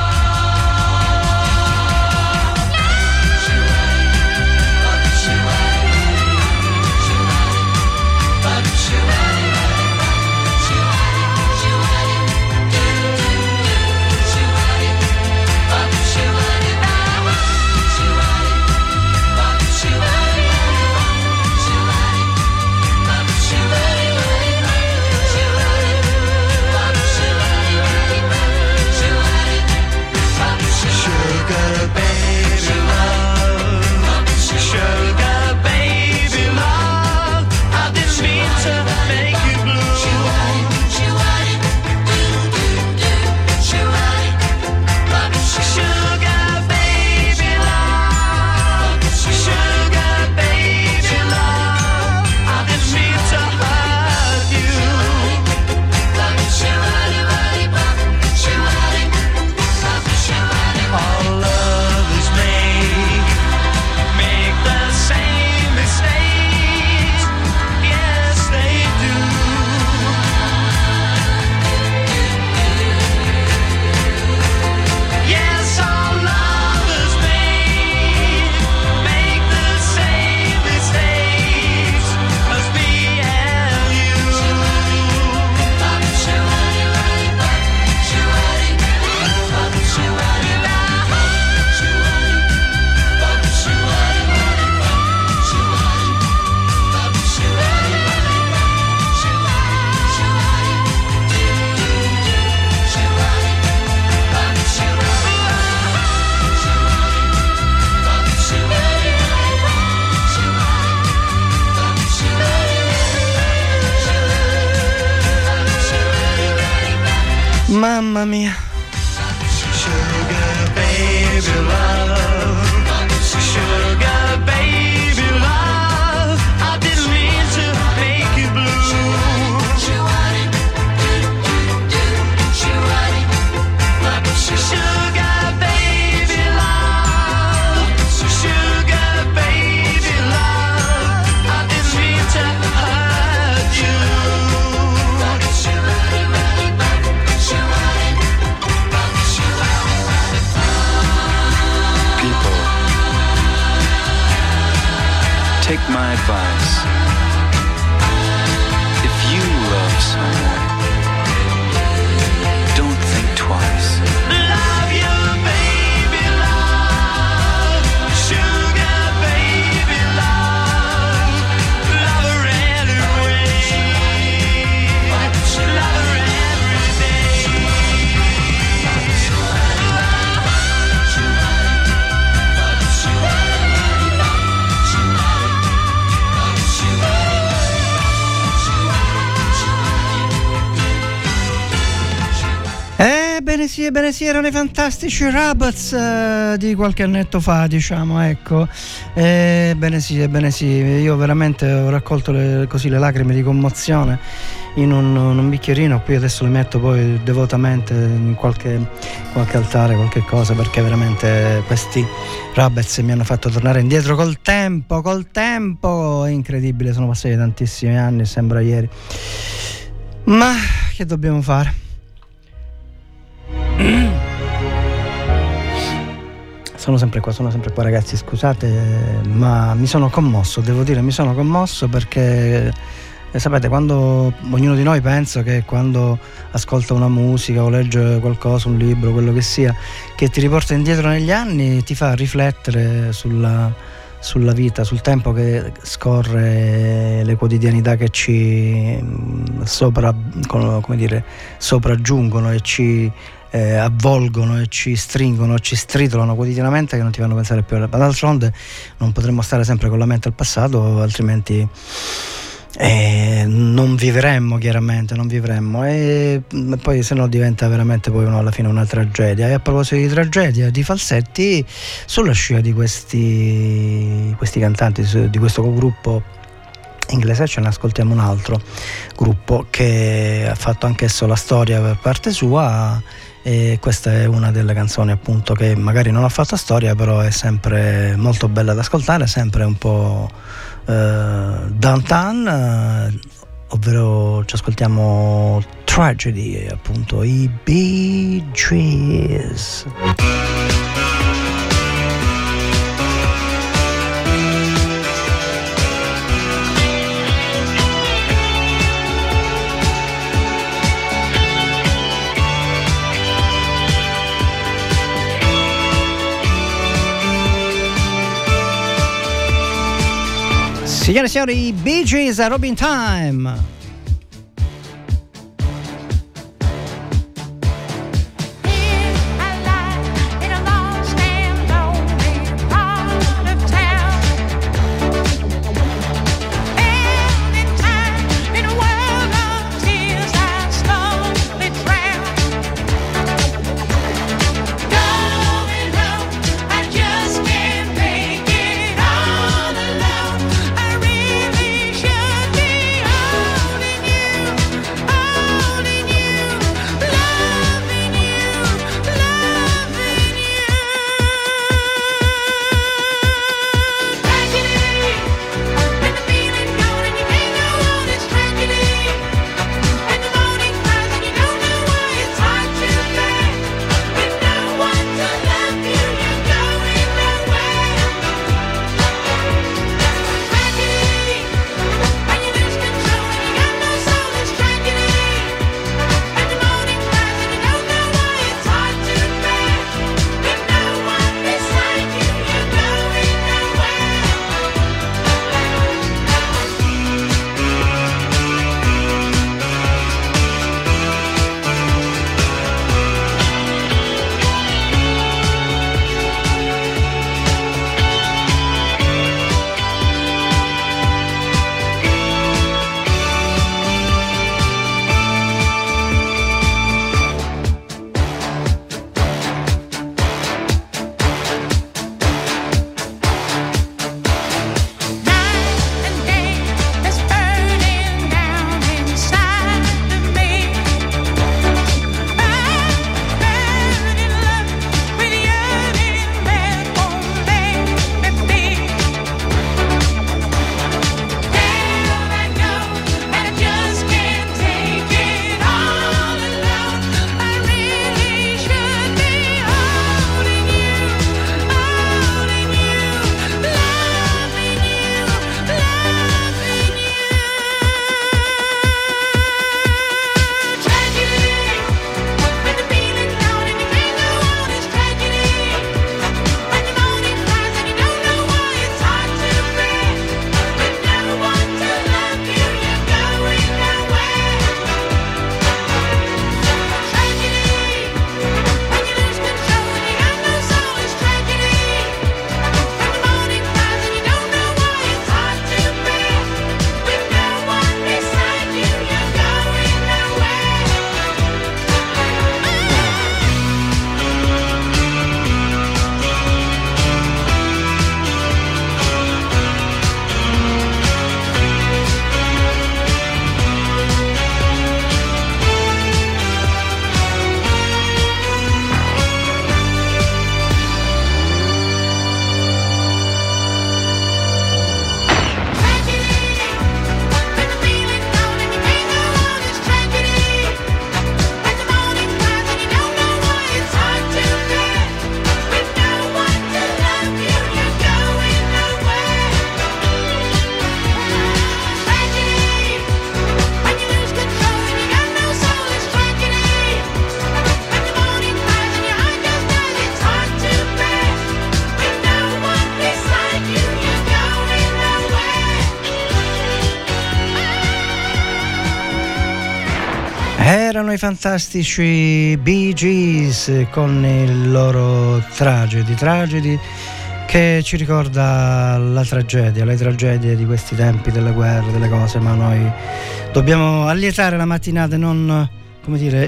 Mamma mia. Sugar baby love, sugar baby love, I didn't mean to make you blue. Sugar baby love, sugar baby love, I didn't mean to hurt you. Take my advice. If you love someone, don't think twice. Love you, baby, love. Sugar, baby, love. Love her anyway. Love her every day. Ebbene sì, erano i fantastici Rabbits di qualche annetto fa, diciamo, ecco. Ebbene sì, io veramente ho raccolto le lacrime di commozione in un bicchierino, qui adesso le metto poi devotamente in qualche altare, qualche cosa, perché veramente questi Rabbits mi hanno fatto tornare indietro col tempo, è incredibile, sono passati tantissimi anni, sembra ieri, ma che dobbiamo fare? Sono sempre qua ragazzi, scusate, ma mi sono commosso, devo dire, perché sapete, quando ognuno di noi pensa che quando ascolta una musica o legge qualcosa, un libro, quello che sia, che ti riporta indietro negli anni, ti fa riflettere sulla vita, sul tempo che scorre, le quotidianità che ci sopraggiungono e ci avvolgono e ci stringono e ci stritolano quotidianamente, che non ti fanno pensare più. Ma d'altronde non potremmo stare sempre con la mente al passato, altrimenti non vivremmo, e poi se no diventa veramente poi alla fine una tragedia. E a proposito di tragedia, di falsetti, sulla scia di questi cantanti, di questo gruppo inglese, ce ne ascoltiamo un altro gruppo che ha fatto anch'esso la storia per parte sua, e questa è una delle canzoni appunto che magari non ha fatto storia, però è sempre molto bella da ascoltare, sempre un po' downtown, ovvero ci ascoltiamo Tragedy, appunto i Bee Gees. Signore e signori, Bee Gees a Robin Time. Erano i fantastici Bee Gees con il loro Tragedy che ci ricorda le tragedie di questi tempi, delle guerre, delle cose, ma noi dobbiamo allietare la mattinata e non, come dire,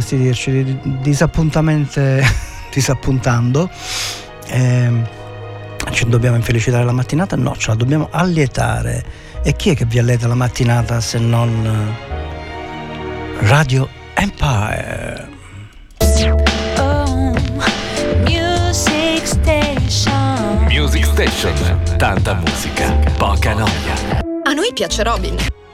infastidirci disappuntando. ci dobbiamo infelicitare la mattinata? No, ce la dobbiamo allietare. E chi è che vi allieta la mattinata se non Radio Empire? Oh, Music Station. Music Station, tanta musica, poca noia. A noi piace Robin.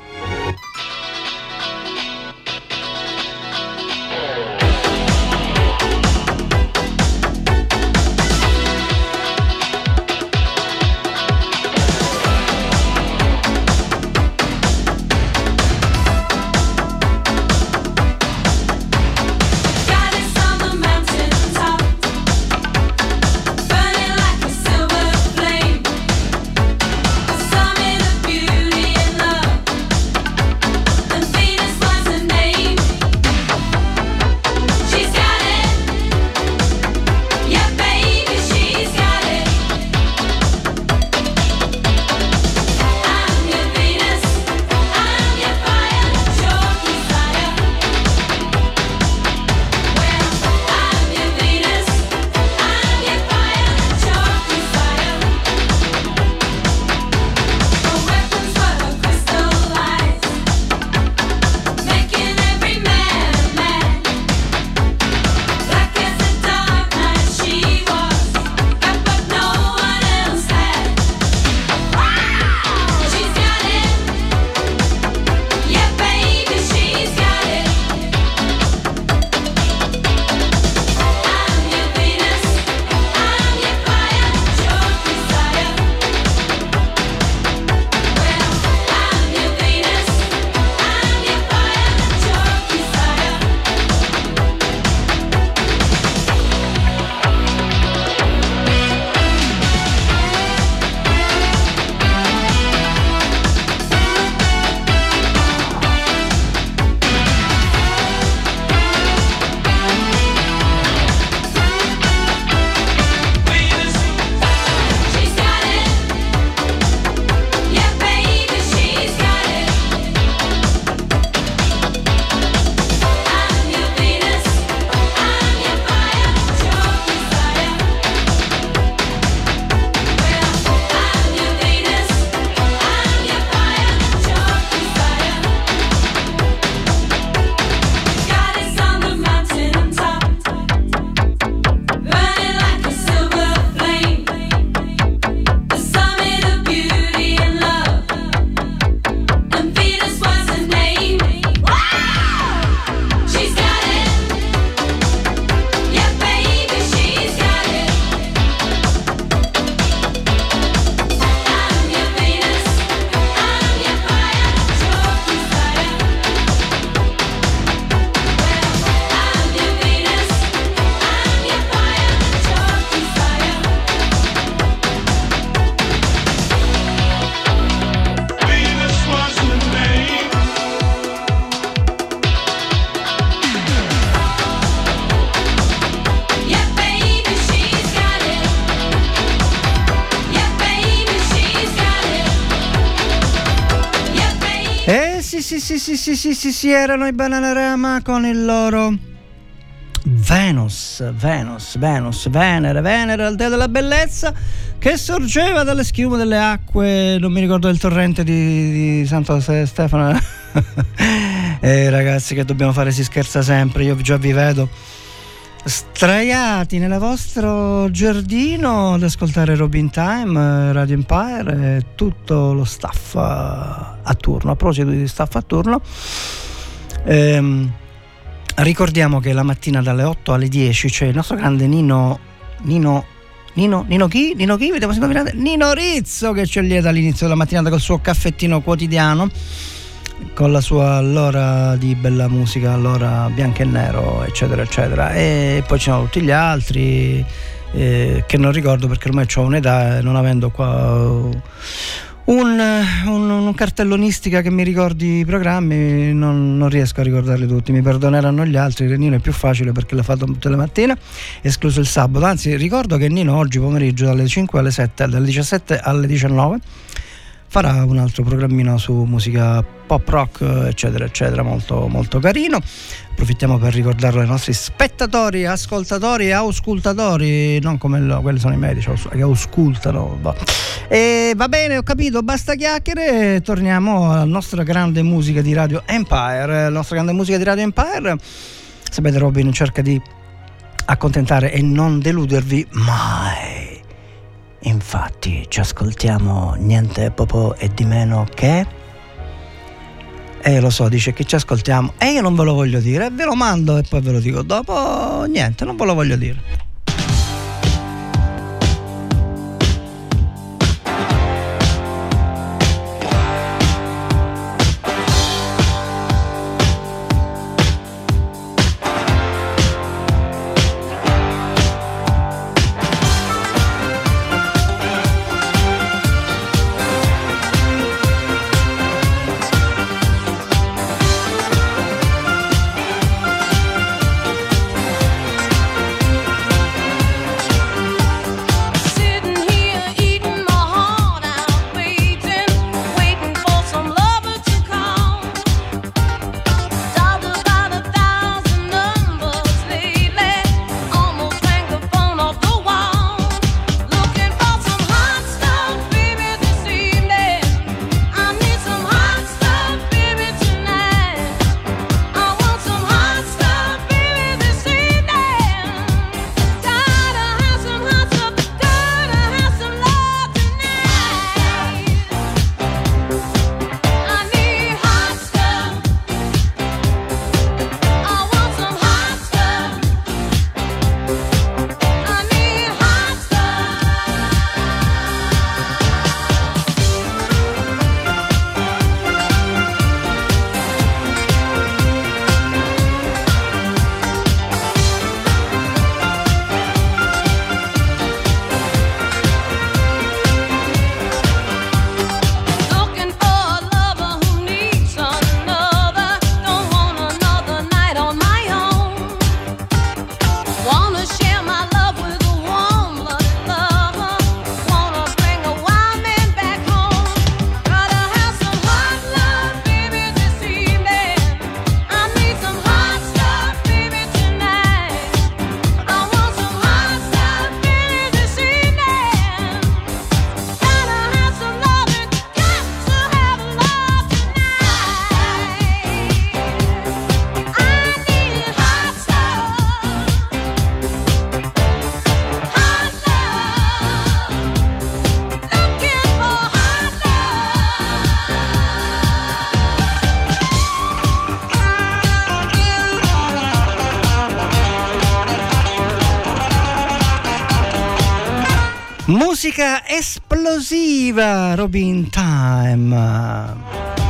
Sì, erano i Bananarama con il loro Venere, al deo della bellezza, che sorgeva dalle schiume delle acque, non mi ricordo del torrente di Santo Stefano. Ragazzi, che dobbiamo fare, si scherza sempre, io già vi vedo straiati nel vostro giardino ad ascoltare Robin Time, Radio Empire e tutto lo staff a turno. A proposito di staff a turno, ricordiamo che la mattina dalle 8 alle 10 c'è il nostro grande Nino vediamo se indovinate, Nino Rizzo, che ci allieta all'inizio della mattinata col suo caffettino quotidiano, con la sua l'ora di bella musica, l'ora bianco e nero, eccetera eccetera. E poi ci sono tutti gli altri che non ricordo, perché ormai ho un'età, non avendo qua un cartellonistica che mi ricordi i programmi, non riesco a ricordarli tutti. Mi perdoneranno gli altri. Nino è più facile perché l'ha fatto tutte le mattine, escluso il sabato. Anzi, ricordo che Nino oggi pomeriggio dalle 5 alle 7, dalle 17 alle 19 farà un altro programmino su musica pop rock eccetera eccetera, molto molto carino. Approfittiamo per ricordarlo ai nostri spettatori, ascoltatori e auscultatori, non come quelli sono i medici che auscultano. E va bene, ho capito, basta chiacchiere, torniamo alla nostra grande musica di Radio Empire. La nostra grande musica di Radio Empire, sapete, Robin cerca di accontentare e non deludervi mai. Infatti ci ascoltiamo niente poco e di meno che... lo so, dice che ci ascoltiamo e io non ve lo voglio dire, ve lo mando e poi ve lo dico dopo. Niente, non ve lo voglio dire. Musica esplosiva, Robin Time.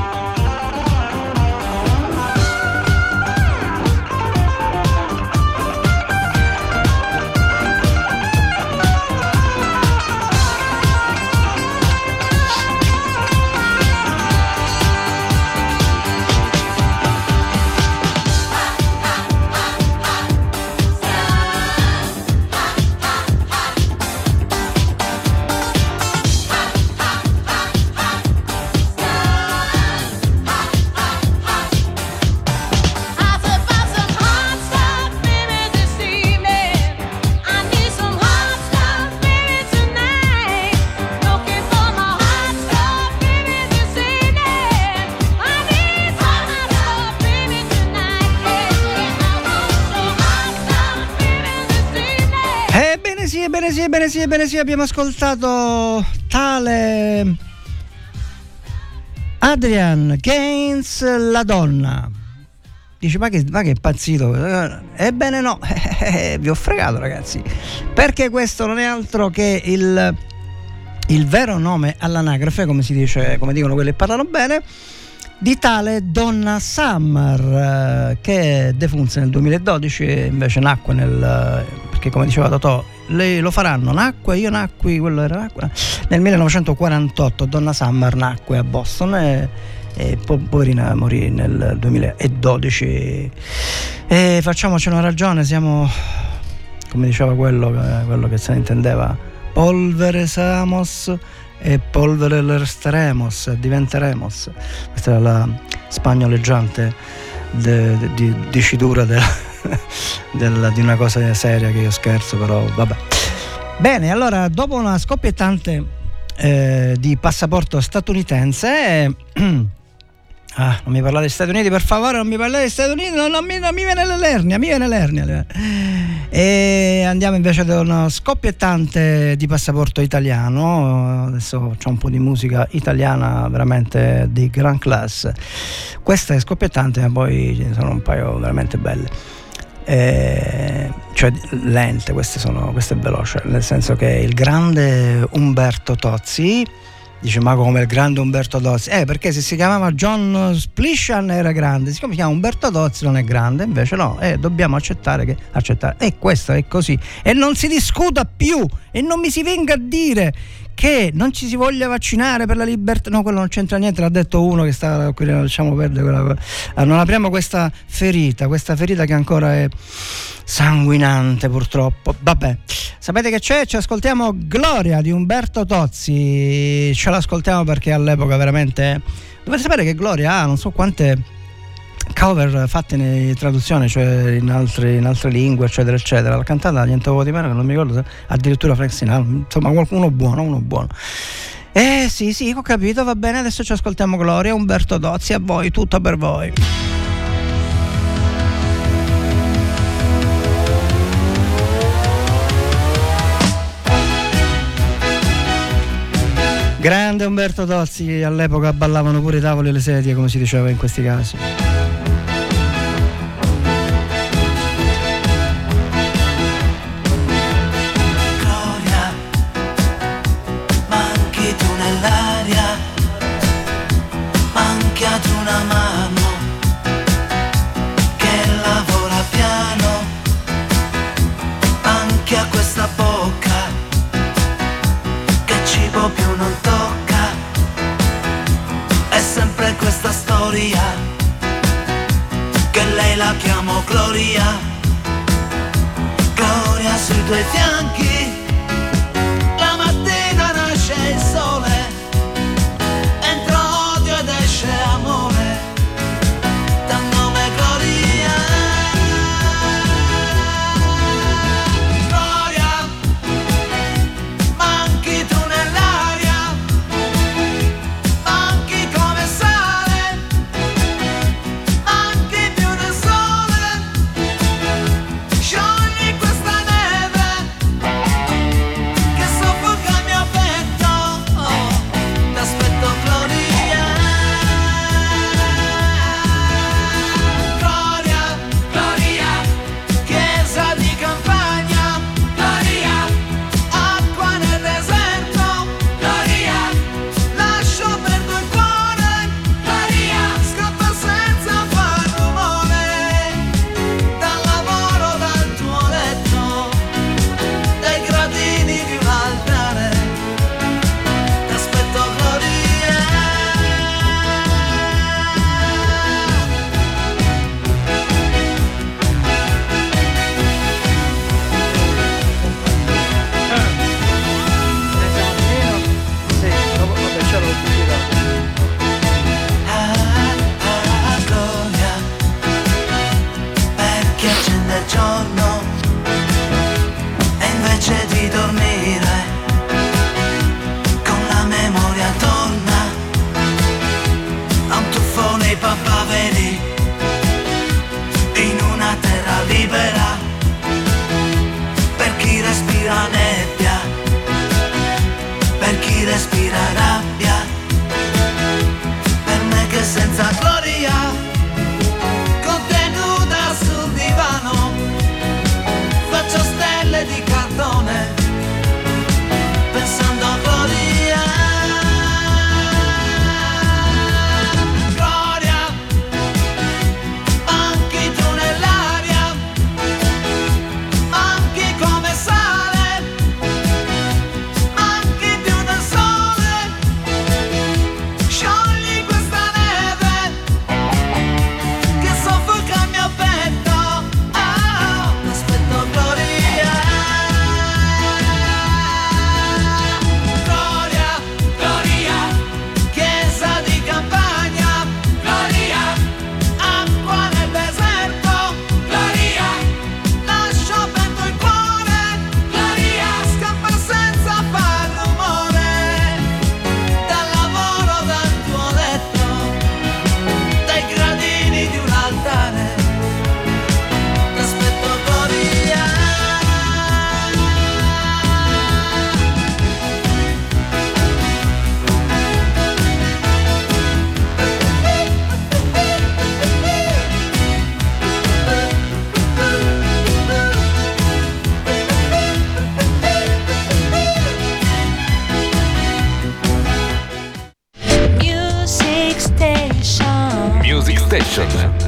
Ebbene sì, abbiamo ascoltato tale Adrian Gaines, La donna. Dice ma che è impazzito. Ebbene no, vi ho fregato ragazzi, perché questo non è altro che il vero nome all'anagrafe, come si dice, come dicono quelli che parlano bene, di tale Donna Summer, che defunse nel 2012 e invece nacque perché come diceva Totò, lei lo faranno, io nacqui, quello era nacque nel 1948. Donna Summer nacque a Boston e poverina morì nel 2012. E facciamoci una ragione, siamo, come diceva quello che se ne intendeva, polvere samos e polvere resteremos, diventeremos. Questa era la spagnoleggiante dicitura di una cosa seria, che io scherzo, però vabbè. Bene, allora dopo una scoppiettante di passaporto statunitense, non mi parlate degli Stati Uniti, per favore, non mi parlate degli Stati Uniti, non mi viene l'ernia. E andiamo invece ad uno scoppiettante di passaporto italiano. Adesso c'è un po' di musica italiana veramente di gran classe. Questa è scoppiettante, ma poi ce ne sono un paio veramente belle. Cioè lente, queste è veloce, nel senso che il grande Umberto Tozzi, dice, ma come il grande Umberto Tozzi? Perché se si chiamava John Splishan era grande, siccome si chiama Umberto Tozzi non è grande, invece no, dobbiamo accettare, e questo è così, e non si discuta più, e non mi si venga a dire che non ci si voglia vaccinare per la libertà. No, quello non c'entra niente, l'ha detto uno che sta qui, lasciamo perdere quella. Non apriamo questa ferita che ancora è sanguinante, purtroppo. Vabbè, sapete che c'è? Ci ascoltiamo Gloria di Umberto Tozzi, ce l'ascoltiamo perché all'epoca veramente, dovete sapere che Gloria ha non so quante cover fatte in traduzione, cioè in altre lingue, eccetera eccetera. La cantata niente poco di meno, che non mi ricordo se addirittura Frank Sinatra, insomma uno buono. Sì, ho capito, va bene, adesso ci ascoltiamo Gloria, Umberto Tozzi, a voi, tutto per voi. Grande Umberto Tozzi, all'epoca ballavano pure i tavoli e le sedie, come si diceva in questi casi. Che lei la chiamo Gloria, Gloria sui tuoi fianchi, la mattina nasce il sole, entra odio ed esce amore, dal nome Gloria. Gloria, manchi tu nell'aria, manchi come sale, manchi più del sole, sciogli questa neve.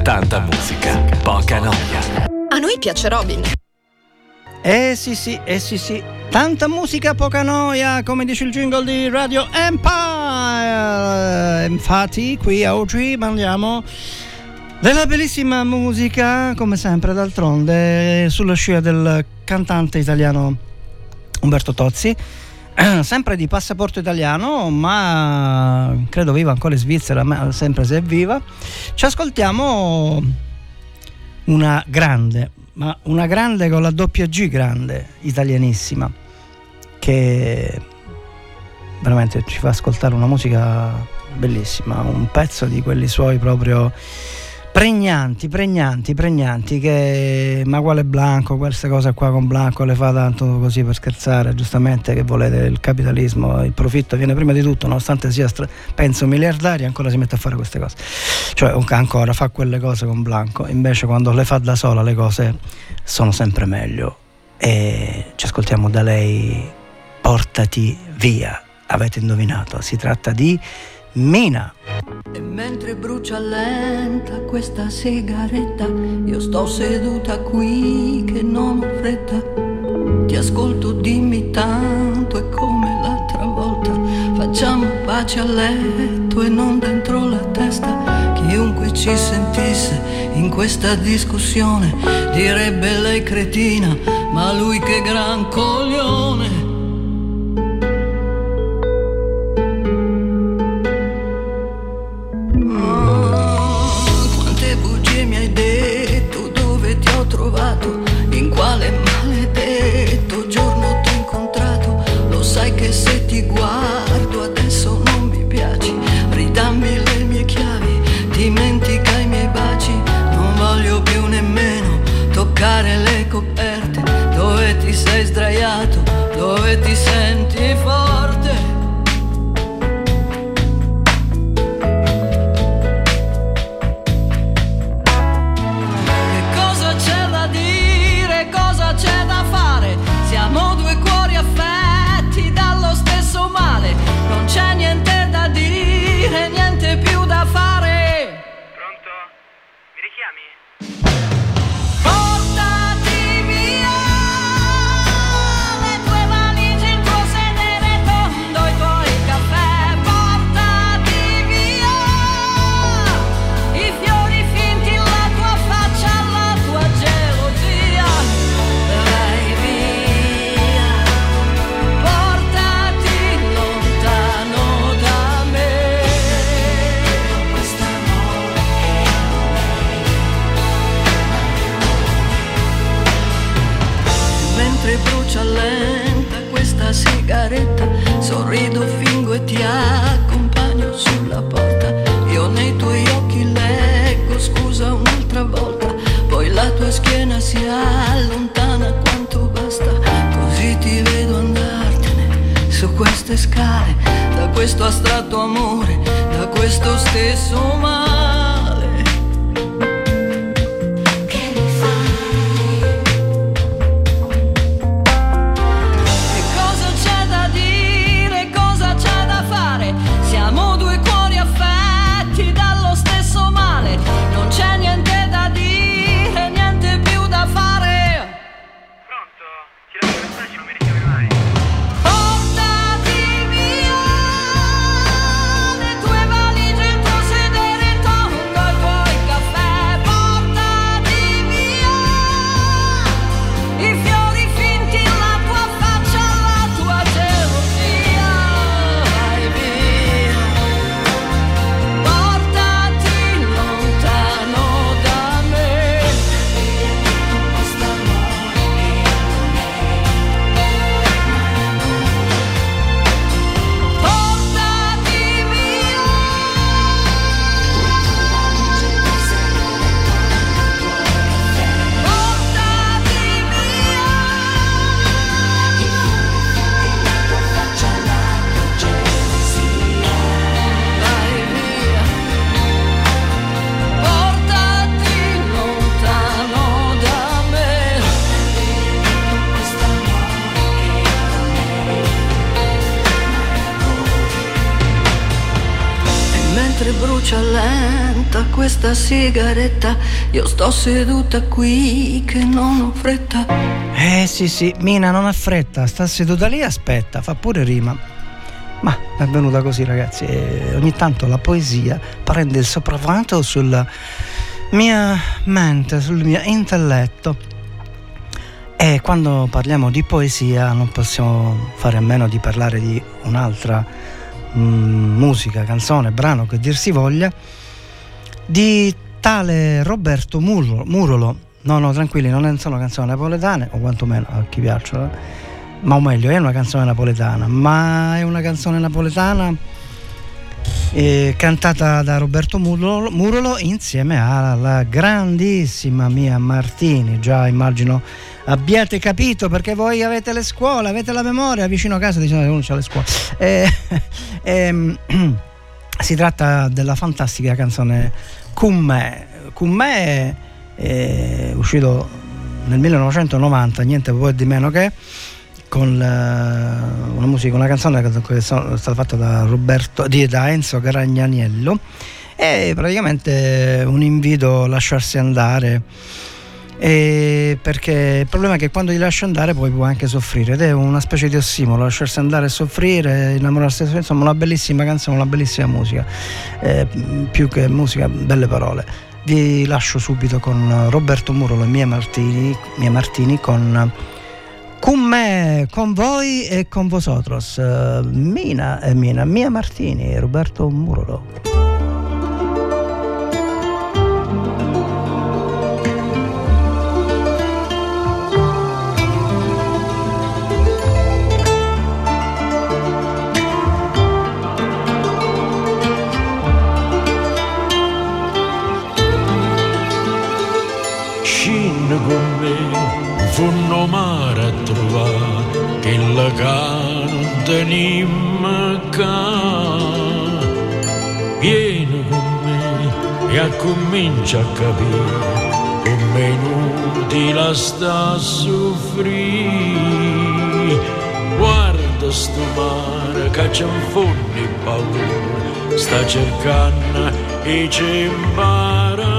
tanta musica, poca noia. A noi piace Robin. Sì. Tanta musica, poca noia, come dice il jingle di Radio Empire. Infatti, qui oggi parliamo della bellissima musica, come sempre, d'altronde, sulla scia del cantante italiano Umberto Tozzi, sempre di passaporto italiano, ma credo viva ancora in Svizzera, ma sempre se è viva. Ci ascoltiamo una grande con la doppia G, grande, italianissima, che veramente ci fa ascoltare una musica bellissima, un pezzo di quelli suoi proprio pregnanti, che ma quale Blanco, queste cose qua con Blanco le fa tanto così per scherzare, giustamente, che volete, il capitalismo, il profitto viene prima di tutto, nonostante sia penso miliardario, ancora si mette a fare queste cose, cioè ancora fa quelle cose con Blanco, invece quando le fa da sola le cose sono sempre meglio. E ci ascoltiamo da lei Portati via. Avete indovinato, si tratta di Mina. E mentre brucia lenta questa sigaretta, io sto seduta qui che non ho fretta. Ti ascolto, dimmi tanto, è come l'altra volta. Facciamo pace a letto e non dentro la testa. Chiunque ci sentisse in questa discussione direbbe lei cretina, ma lui che gran coglione. In quale maledetto giorno t'ho incontrato? Lo sai che se ti guardo adesso non mi piaci. Ridammi le mie chiavi, dimentica i miei baci. Non voglio più nemmeno toccare le coperte. Dove ti sei sdraiato, dove ti senti forte. Siamo due cuori affetti dallo stesso male. Non c'è niente da dire, niente più da fare. Pronto? Mi richiami? Portati via le tue valigie, il tuo sedere tondo, i tuoi caffè. Portati via i fiori finti, la tua faccia, la tua gelosia. Vai via, portati lontano da me. Questa mentre brucia lenta questa sigaretta, sorrido, fingo e ti accompagno sulla porta. Io nei tuoi occhi leggo scusa un'altra volta, poi la tua schiena si allontana quanto basta. Così ti vedo andartene su queste scale, da questo astratto amore, da questo stesso male. Cosa c'è da dire, cosa c'è da fare? Siamo due cuori affetti dallo stesso male. Non c'è niente da dire, niente più da fare. Pronto? Ti lascio il messaggio, non mi richiami mai. Portati via le tue valigie, il tuo sedere tondo, i tuoi caffè. Portati via i fiori finti, la tua faccia, la tua gelosia. Vai via, portati lontano da me. Portati via. Portati via. Vai via, portati lontano da me. E mentre brucia lenta questa sigaretta, io sto seduta qui che non ho fretta. Sì, Mina non ha fretta, sta seduta lì, aspetta, fa pure rima. Ma è venuta così, ragazzi, e ogni tanto la poesia prende il sopravvento sulla mia mente, sul mio intelletto. E quando parliamo di poesia non possiamo fare a meno di parlare di un'altra musica, canzone, brano che dir si voglia, di tale Roberto Murolo. No, tranquilli, non sono canzoni napoletane, o quantomeno a chi piacciono, ma o meglio, è una canzone napoletana, ma è una canzone napoletana cantata da Roberto Murolo insieme alla grandissima Mia Martini. Già immagino abbiate capito, perché voi avete le scuole, avete la memoria vicino a casa, diciamo che uno c'ha le scuole. Si tratta della fantastica canzone Con me, uscito nel 1990, niente poi di meno che, con una canzone che è stata fatta da Enzo Gragnaniello, e praticamente un invito a lasciarsi andare, perché il problema è che quando ti lasci andare poi puoi anche soffrire, ed è una specie di ossimolo, lasciarsi andare e soffrire, innamorarsi, insomma una bellissima canzone, una bellissima musica, più che musica, belle parole. Vi lascio subito con Roberto Murolo e Mia Martini con me, con voi e con vosotros. Mia Martini e Roberto Murolo. Con me funno mare a trovare che la non tenim ca. Vieni con me e comincia a capire come inutile sta a soffrire. Guarda sto mare che c'è un fondo di paura, sta cercando e ci impara.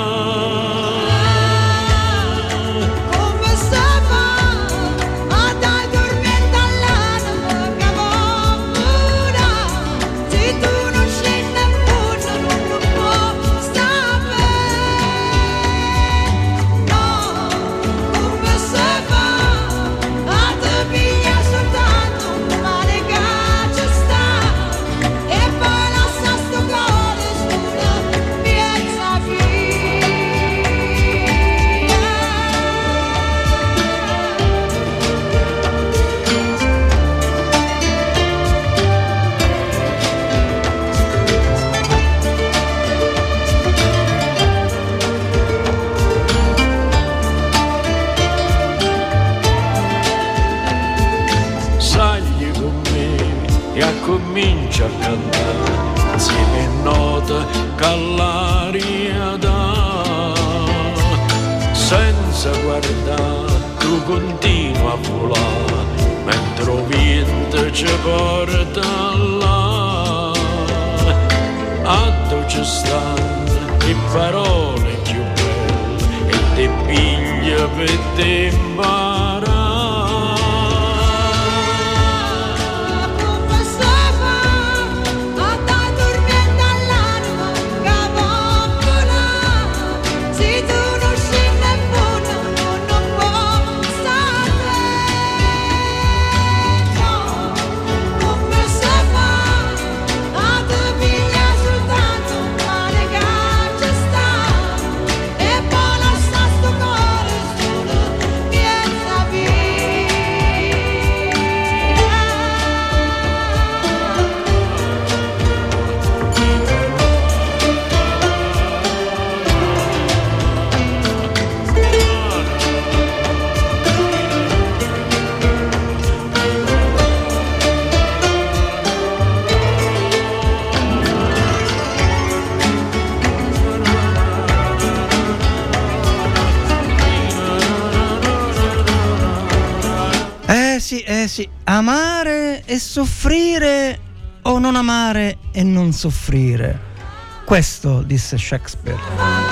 Comincia a cantare insieme a note che l'aria dà, senza guardare tu continua a volare mentre il vento ci porta là. A dove ci stanno le parole più belle e te piglia per te imparare. Sì, amare e soffrire o non amare e non soffrire. Questo disse Shakespeare.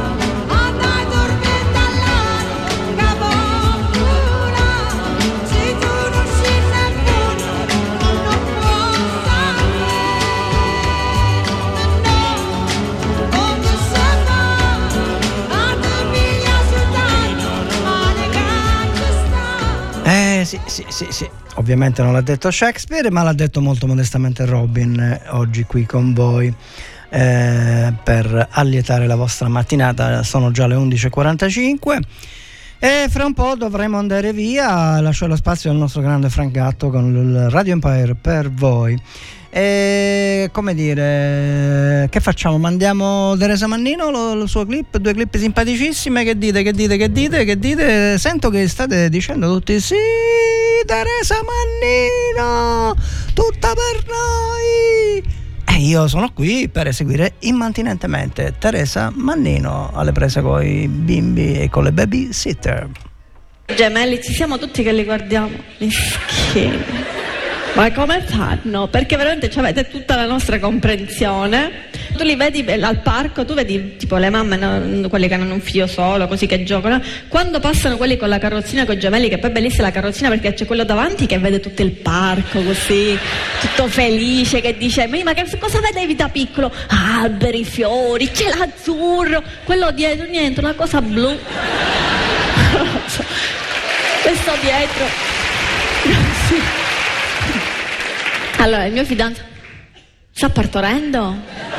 Sì. Ovviamente non l'ha detto Shakespeare, ma l'ha detto molto modestamente Robin oggi qui con voi per allietare la vostra mattinata. Sono già le 11:45 e fra un po' dovremo andare via. Lascio lo spazio al nostro grande Frank Gatto con il Radio Empire per voi. E come dire, che facciamo? Mandiamo Teresa Mannino, il suo clip, 2 clip simpaticissime. Che dite? Sento che state dicendo tutti sì, Teresa Mannino, tutta per noi. E io sono qui per eseguire immantinentemente Teresa Mannino alle prese con i bimbi e con le babysitter. Gemelli, ci siamo tutti che li guardiamo, li schieni. Ma come fanno? Perché veramente avete tutta la nostra comprensione. Tu li vedi al parco, tu vedi tipo le mamme, no, quelli che hanno un figlio solo, così che giocano. Quando passano quelli con la carrozzina con i gemelli, che poi è bellissima la carrozzina perché c'è quello davanti che vede tutto il parco così, tutto felice, che dice ma che cosa vedevi da piccolo? Alberi, fiori, c'è l'azzurro, quello dietro niente, una cosa blu. Questo dietro. Sì. Allora, il mio fidanzato sta partorendo?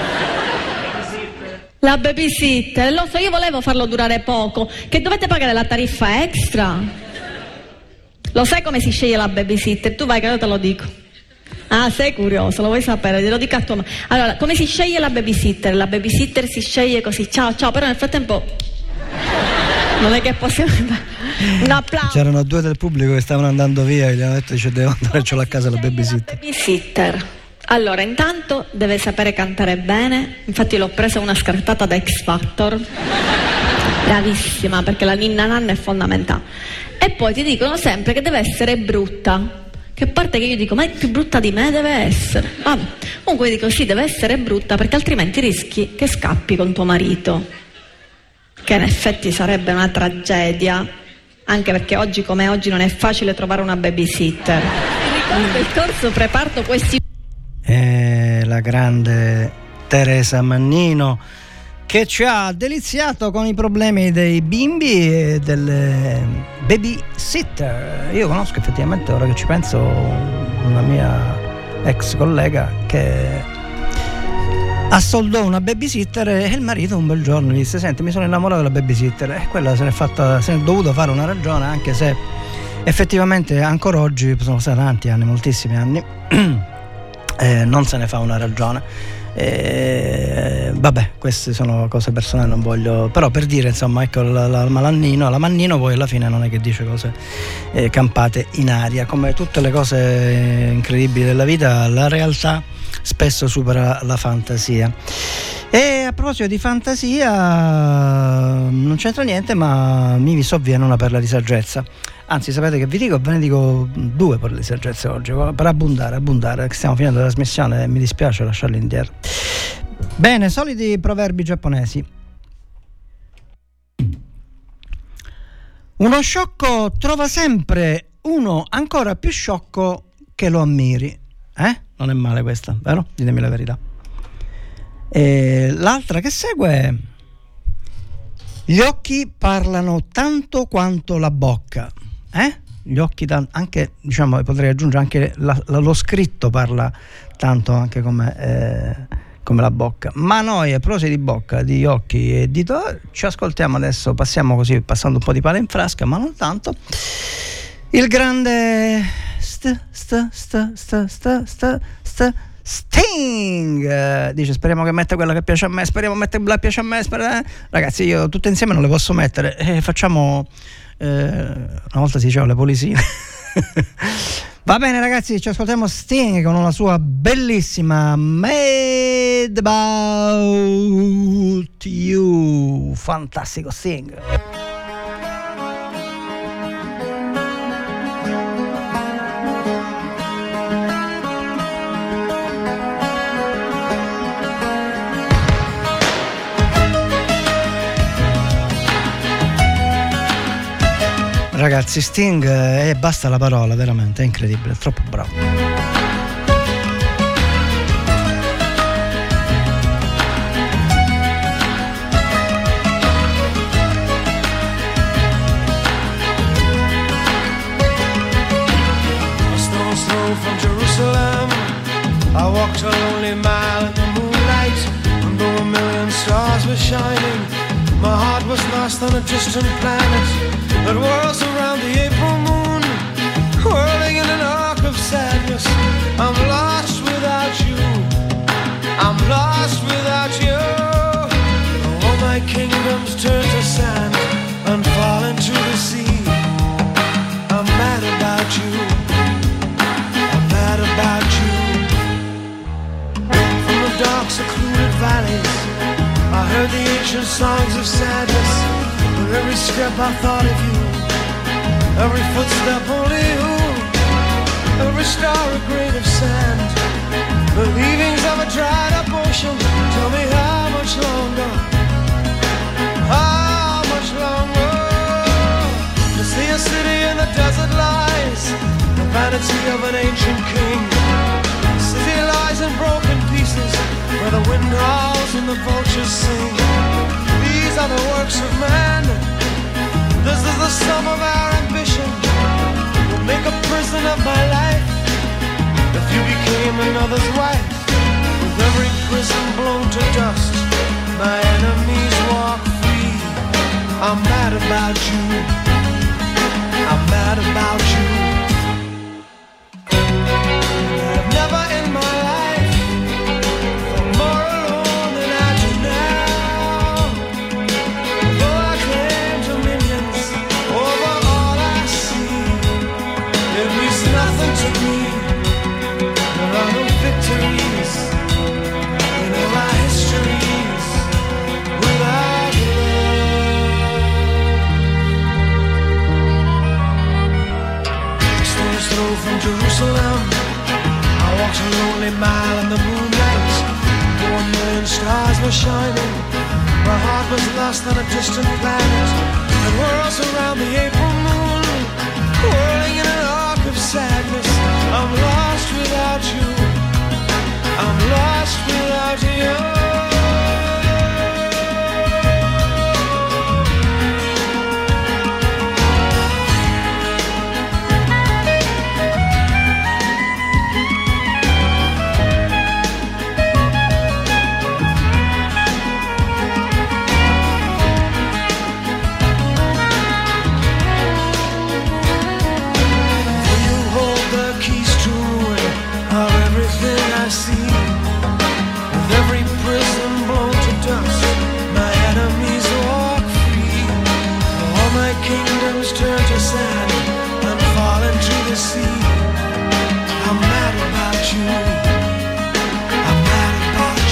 La babysitter, lo so, io volevo farlo durare poco, che dovete pagare la tariffa extra. Lo sai come si sceglie la babysitter? Tu vai che io te lo dico. Ah, sei curioso, lo vuoi sapere? Te lo dico a tua madre. Allora, come si sceglie la babysitter? La babysitter si sceglie così, ciao, però nel frattempo non è che possiamo... Un applauso. C'erano 2 del pubblico che stavano andando via e gli hanno detto dice devo andarcelo a casa la babysitter. Allora, intanto deve sapere cantare bene, infatti l'ho presa una scartata da X Factor, bravissima, perché la ninna nanna è fondamentale. E poi ti dicono sempre che deve essere brutta, che parte che io dico ma è più brutta di me deve essere. Vabbè. Comunque dico sì, deve essere brutta perché altrimenti rischi che scappi con tuo marito, che in effetti sarebbe una tragedia. Anche perché oggi come oggi non è facile trovare una babysitter. Ricordo il corso preparto questi. La grande Teresa Mannino che ci ha deliziato con i problemi dei bimbi e delle babysitter. Io conosco effettivamente, ora che ci penso, una mia ex collega che assoldò una babysitter e il marito un bel giorno gli disse senti mi sono innamorato della babysitter e quella se n'è dovuto fare una ragione, anche se effettivamente ancora oggi sono stati tanti anni, moltissimi anni non se ne fa una ragione. Vabbè, queste sono cose personali, non voglio, però per dire insomma, ecco, la Mannino poi alla fine non è che dice cose campate in aria. Come tutte le cose incredibili della vita, la realtà spesso supera la fantasia. E a proposito di fantasia, non c'entra niente, ma mi sovviene una perla di saggezza. Anzi, sapete che vi dico? Ve ne dico 2 perle di saggezza oggi, per abbondare, che stiamo finendo la trasmissione e mi dispiace lasciarli indietro. Bene, soliti proverbi giapponesi. Uno sciocco trova sempre uno ancora più sciocco che lo ammiri. Non è male questa, vero? Ditemi la verità. E l'altra che segue è: gli occhi parlano tanto quanto la bocca. Gli occhi anche, diciamo, potrei aggiungere anche lo scritto parla tanto anche come la bocca. Ma noi, a proposito di bocca, di occhi e di ci ascoltiamo adesso, passando un po' di palla in frasca, ma non tanto, il grande Sting. Dice speriamo che metta quella che piace a me, ragazzi, io tutte insieme non le posso mettere, facciamo una volta si diceva le polisine. Va bene ragazzi, ci ascoltiamo Sting con la sua bellissima Made About You. Fantastico Sting. Ragazzi, Sting e basta la parola, veramente è incredibile, è troppo bravo. A stone's throw from Jerusalem, I walked a lonely mile in the moonlight, and though a million stars were shining, my heart was lost on a distant planet that whirls around the April moon, whirling in an arc of sadness. I'm lost without you, I'm lost without you. All my kingdoms turn to sand and fall into the sea. I'm mad about you, I'm mad about you. From the dark secluded valleys I heard the ancient songs of sadness. With every step I thought of you, every footstep only you, every star a grain of sand, the leavings of a dried up ocean. Tell me how much longer, how much longer? To see a city in the desert lies, the vanity of an ancient king. The city lies in broken pieces, where the wind howls and the vultures sing. These are the works of man, this is the sum of our ambition. We'll make a prison of my life if you became another's wife. With every prison blown to dust, my enemies walk free. I'm mad about you, I'm mad about you. I've never in my life felt more alone than I do now. Though I claim dominions over all I see, it means nothing to me. There are no victories in all our histories without love. Stones throw from Jerusalem, I walked a lonely mile in the moonlight. 4 million stars were shining, my heart was lost on a distant planet that whirls around the April moon, whirling in an arc of sadness. I'm lost without you, I'm lost without you. I see, with every prison blown to dust, my enemies walk free. All my kingdoms turn to sand and fall into the sea. I'm mad about you, I'm mad about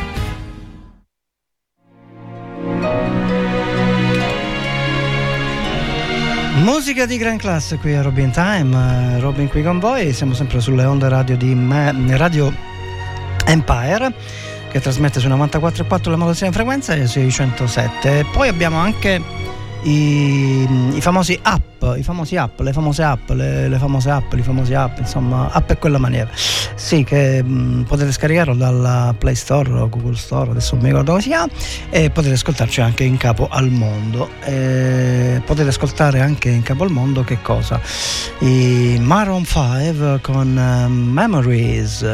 you. Musica di gran classe qui a Robin Time, Robin qui con voi, siamo sempre sulle onde radio di Radio Empire, che trasmette su 94.4 la modulazione di frequenza e 607. E poi abbiamo anche i famosi app, le famose app, insomma, app è quella maniera. Sì, che potete scaricarlo dalla Play Store o Google Store, adesso non mi ricordo come si chiama, e potete ascoltarci anche in capo al mondo. Potete ascoltare anche in capo al mondo che cosa? I Maroon 5 con Memories.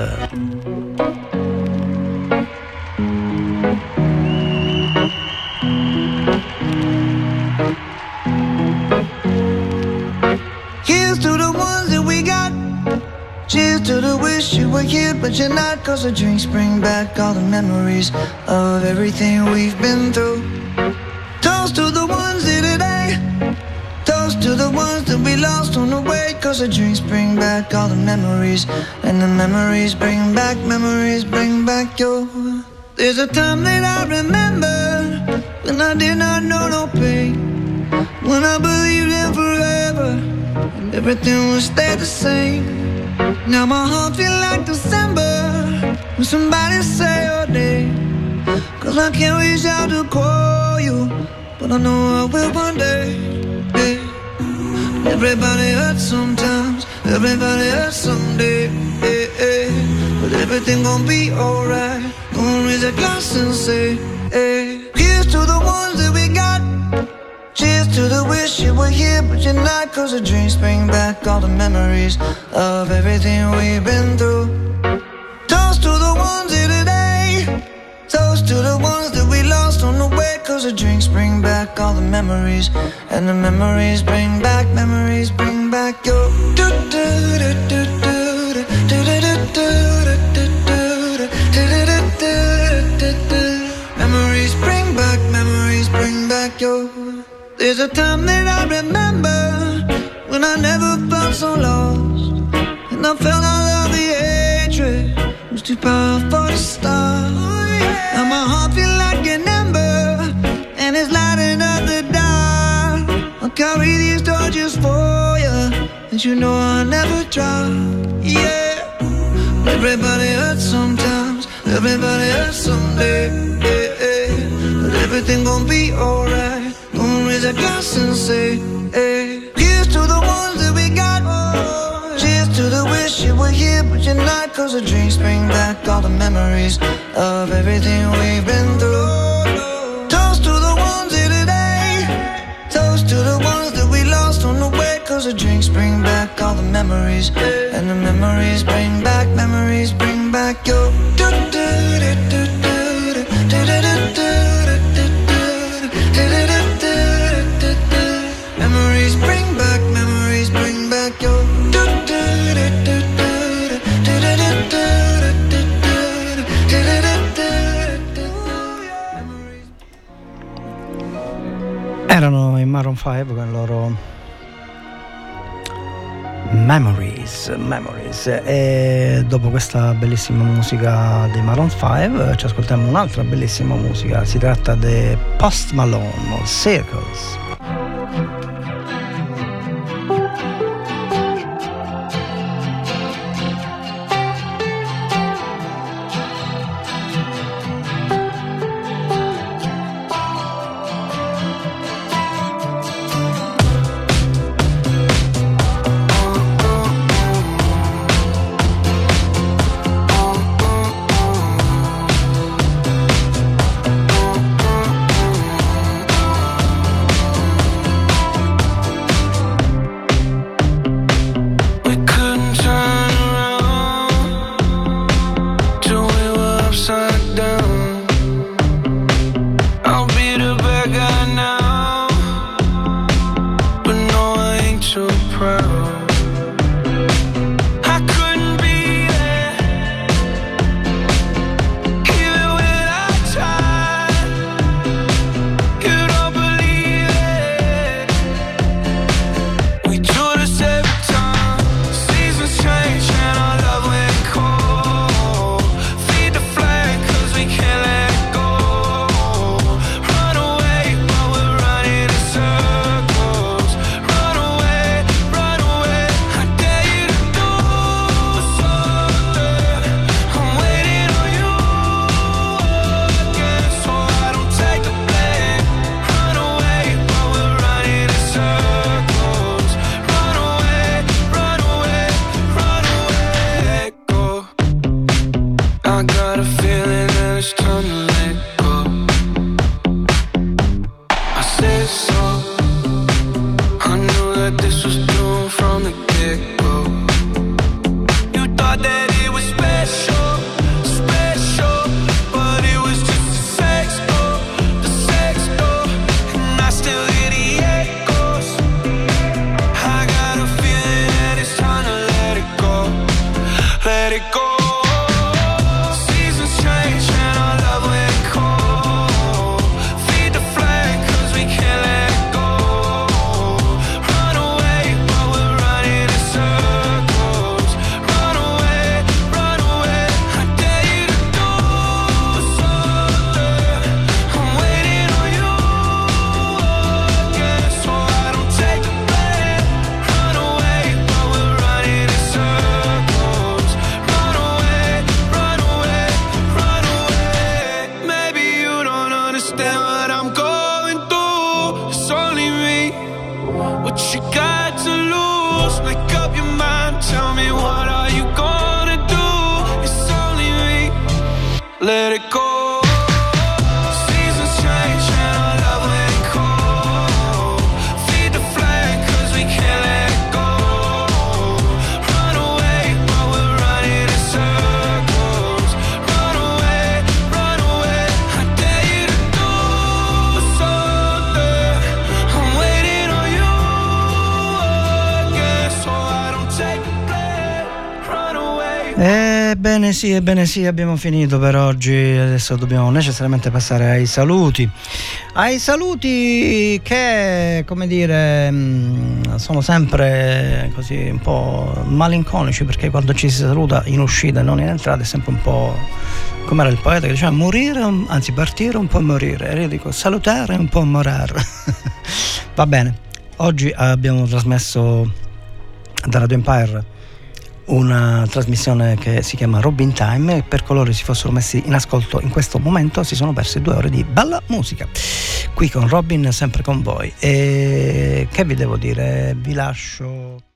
Cheers to the wish you were here but you're not, 'cause the drinks bring back all the memories of everything we've been through. Toast to the ones here today, toast to the ones that we lost on the way, 'cause the drinks bring back all the memories, and the memories bring back your. There's a time that I remember when I did not know no pain, when I believed in forever and everything would stay the same. Now my heart feels like December when somebody say your name, 'cause I can't reach out to call you, but I know I will one day. Yeah. Everybody hurts sometimes, everybody hurts someday. But everything gon' be alright. Gonna raise a glass and say, here's to the ones that we got. Cheers to the wish you were here but you're not. Cause the dreams bring back all the memories of everything we've been through. Toast to the ones here today. Toast to the ones that we lost on the way. Cause the drinks bring back all the memories. And the memories bring back your memories bring back your. There's a time that I remember when I never felt so lost, and I felt all of the hatred was too powerful to stop. Now my heart feel like an ember, and it's lighting up the dark. I'll carry these torches for you, and you know I'll never drop. Yeah, everybody hurts sometimes, everybody hurts someday. But everything gon' be alright. Gonna raise a glass and say, here's to the ones that we got. Cheers to the wish you were here but you're not. Cause the drinks bring back all the memories of everything we've been through. Toast to the ones here today. Toast to the ones that we lost on the way. Cause the drinks bring back all the memories. And the memories bring back your. Memories bring back your. Erano in Maroon 5 con il loro Memories. E dopo questa bellissima musica dei Maroon 5 ci ascoltiamo un'altra bellissima musica. Si tratta di Post Malone, Circles. What you got to lose? Make up your mind, tell me what are you gonna do? It's only me, let it go. Ebbene sì, abbiamo finito per oggi. Adesso dobbiamo necessariamente passare ai saluti. Ai saluti che, come dire, sono sempre così un po' malinconici, perché quando ci si saluta in uscita e non in entrata è sempre un po', come era il poeta che diceva, morire, anzi partire un po' morire. E io dico salutare un po' morire. Va bene, oggi abbiamo trasmesso da Radio Empire una trasmissione che si chiama Robin Time, e per coloro che si fossero messi in ascolto in questo momento si sono persi 2 ore di bella musica qui con Robin, sempre con voi. E che vi devo dire, vi lascio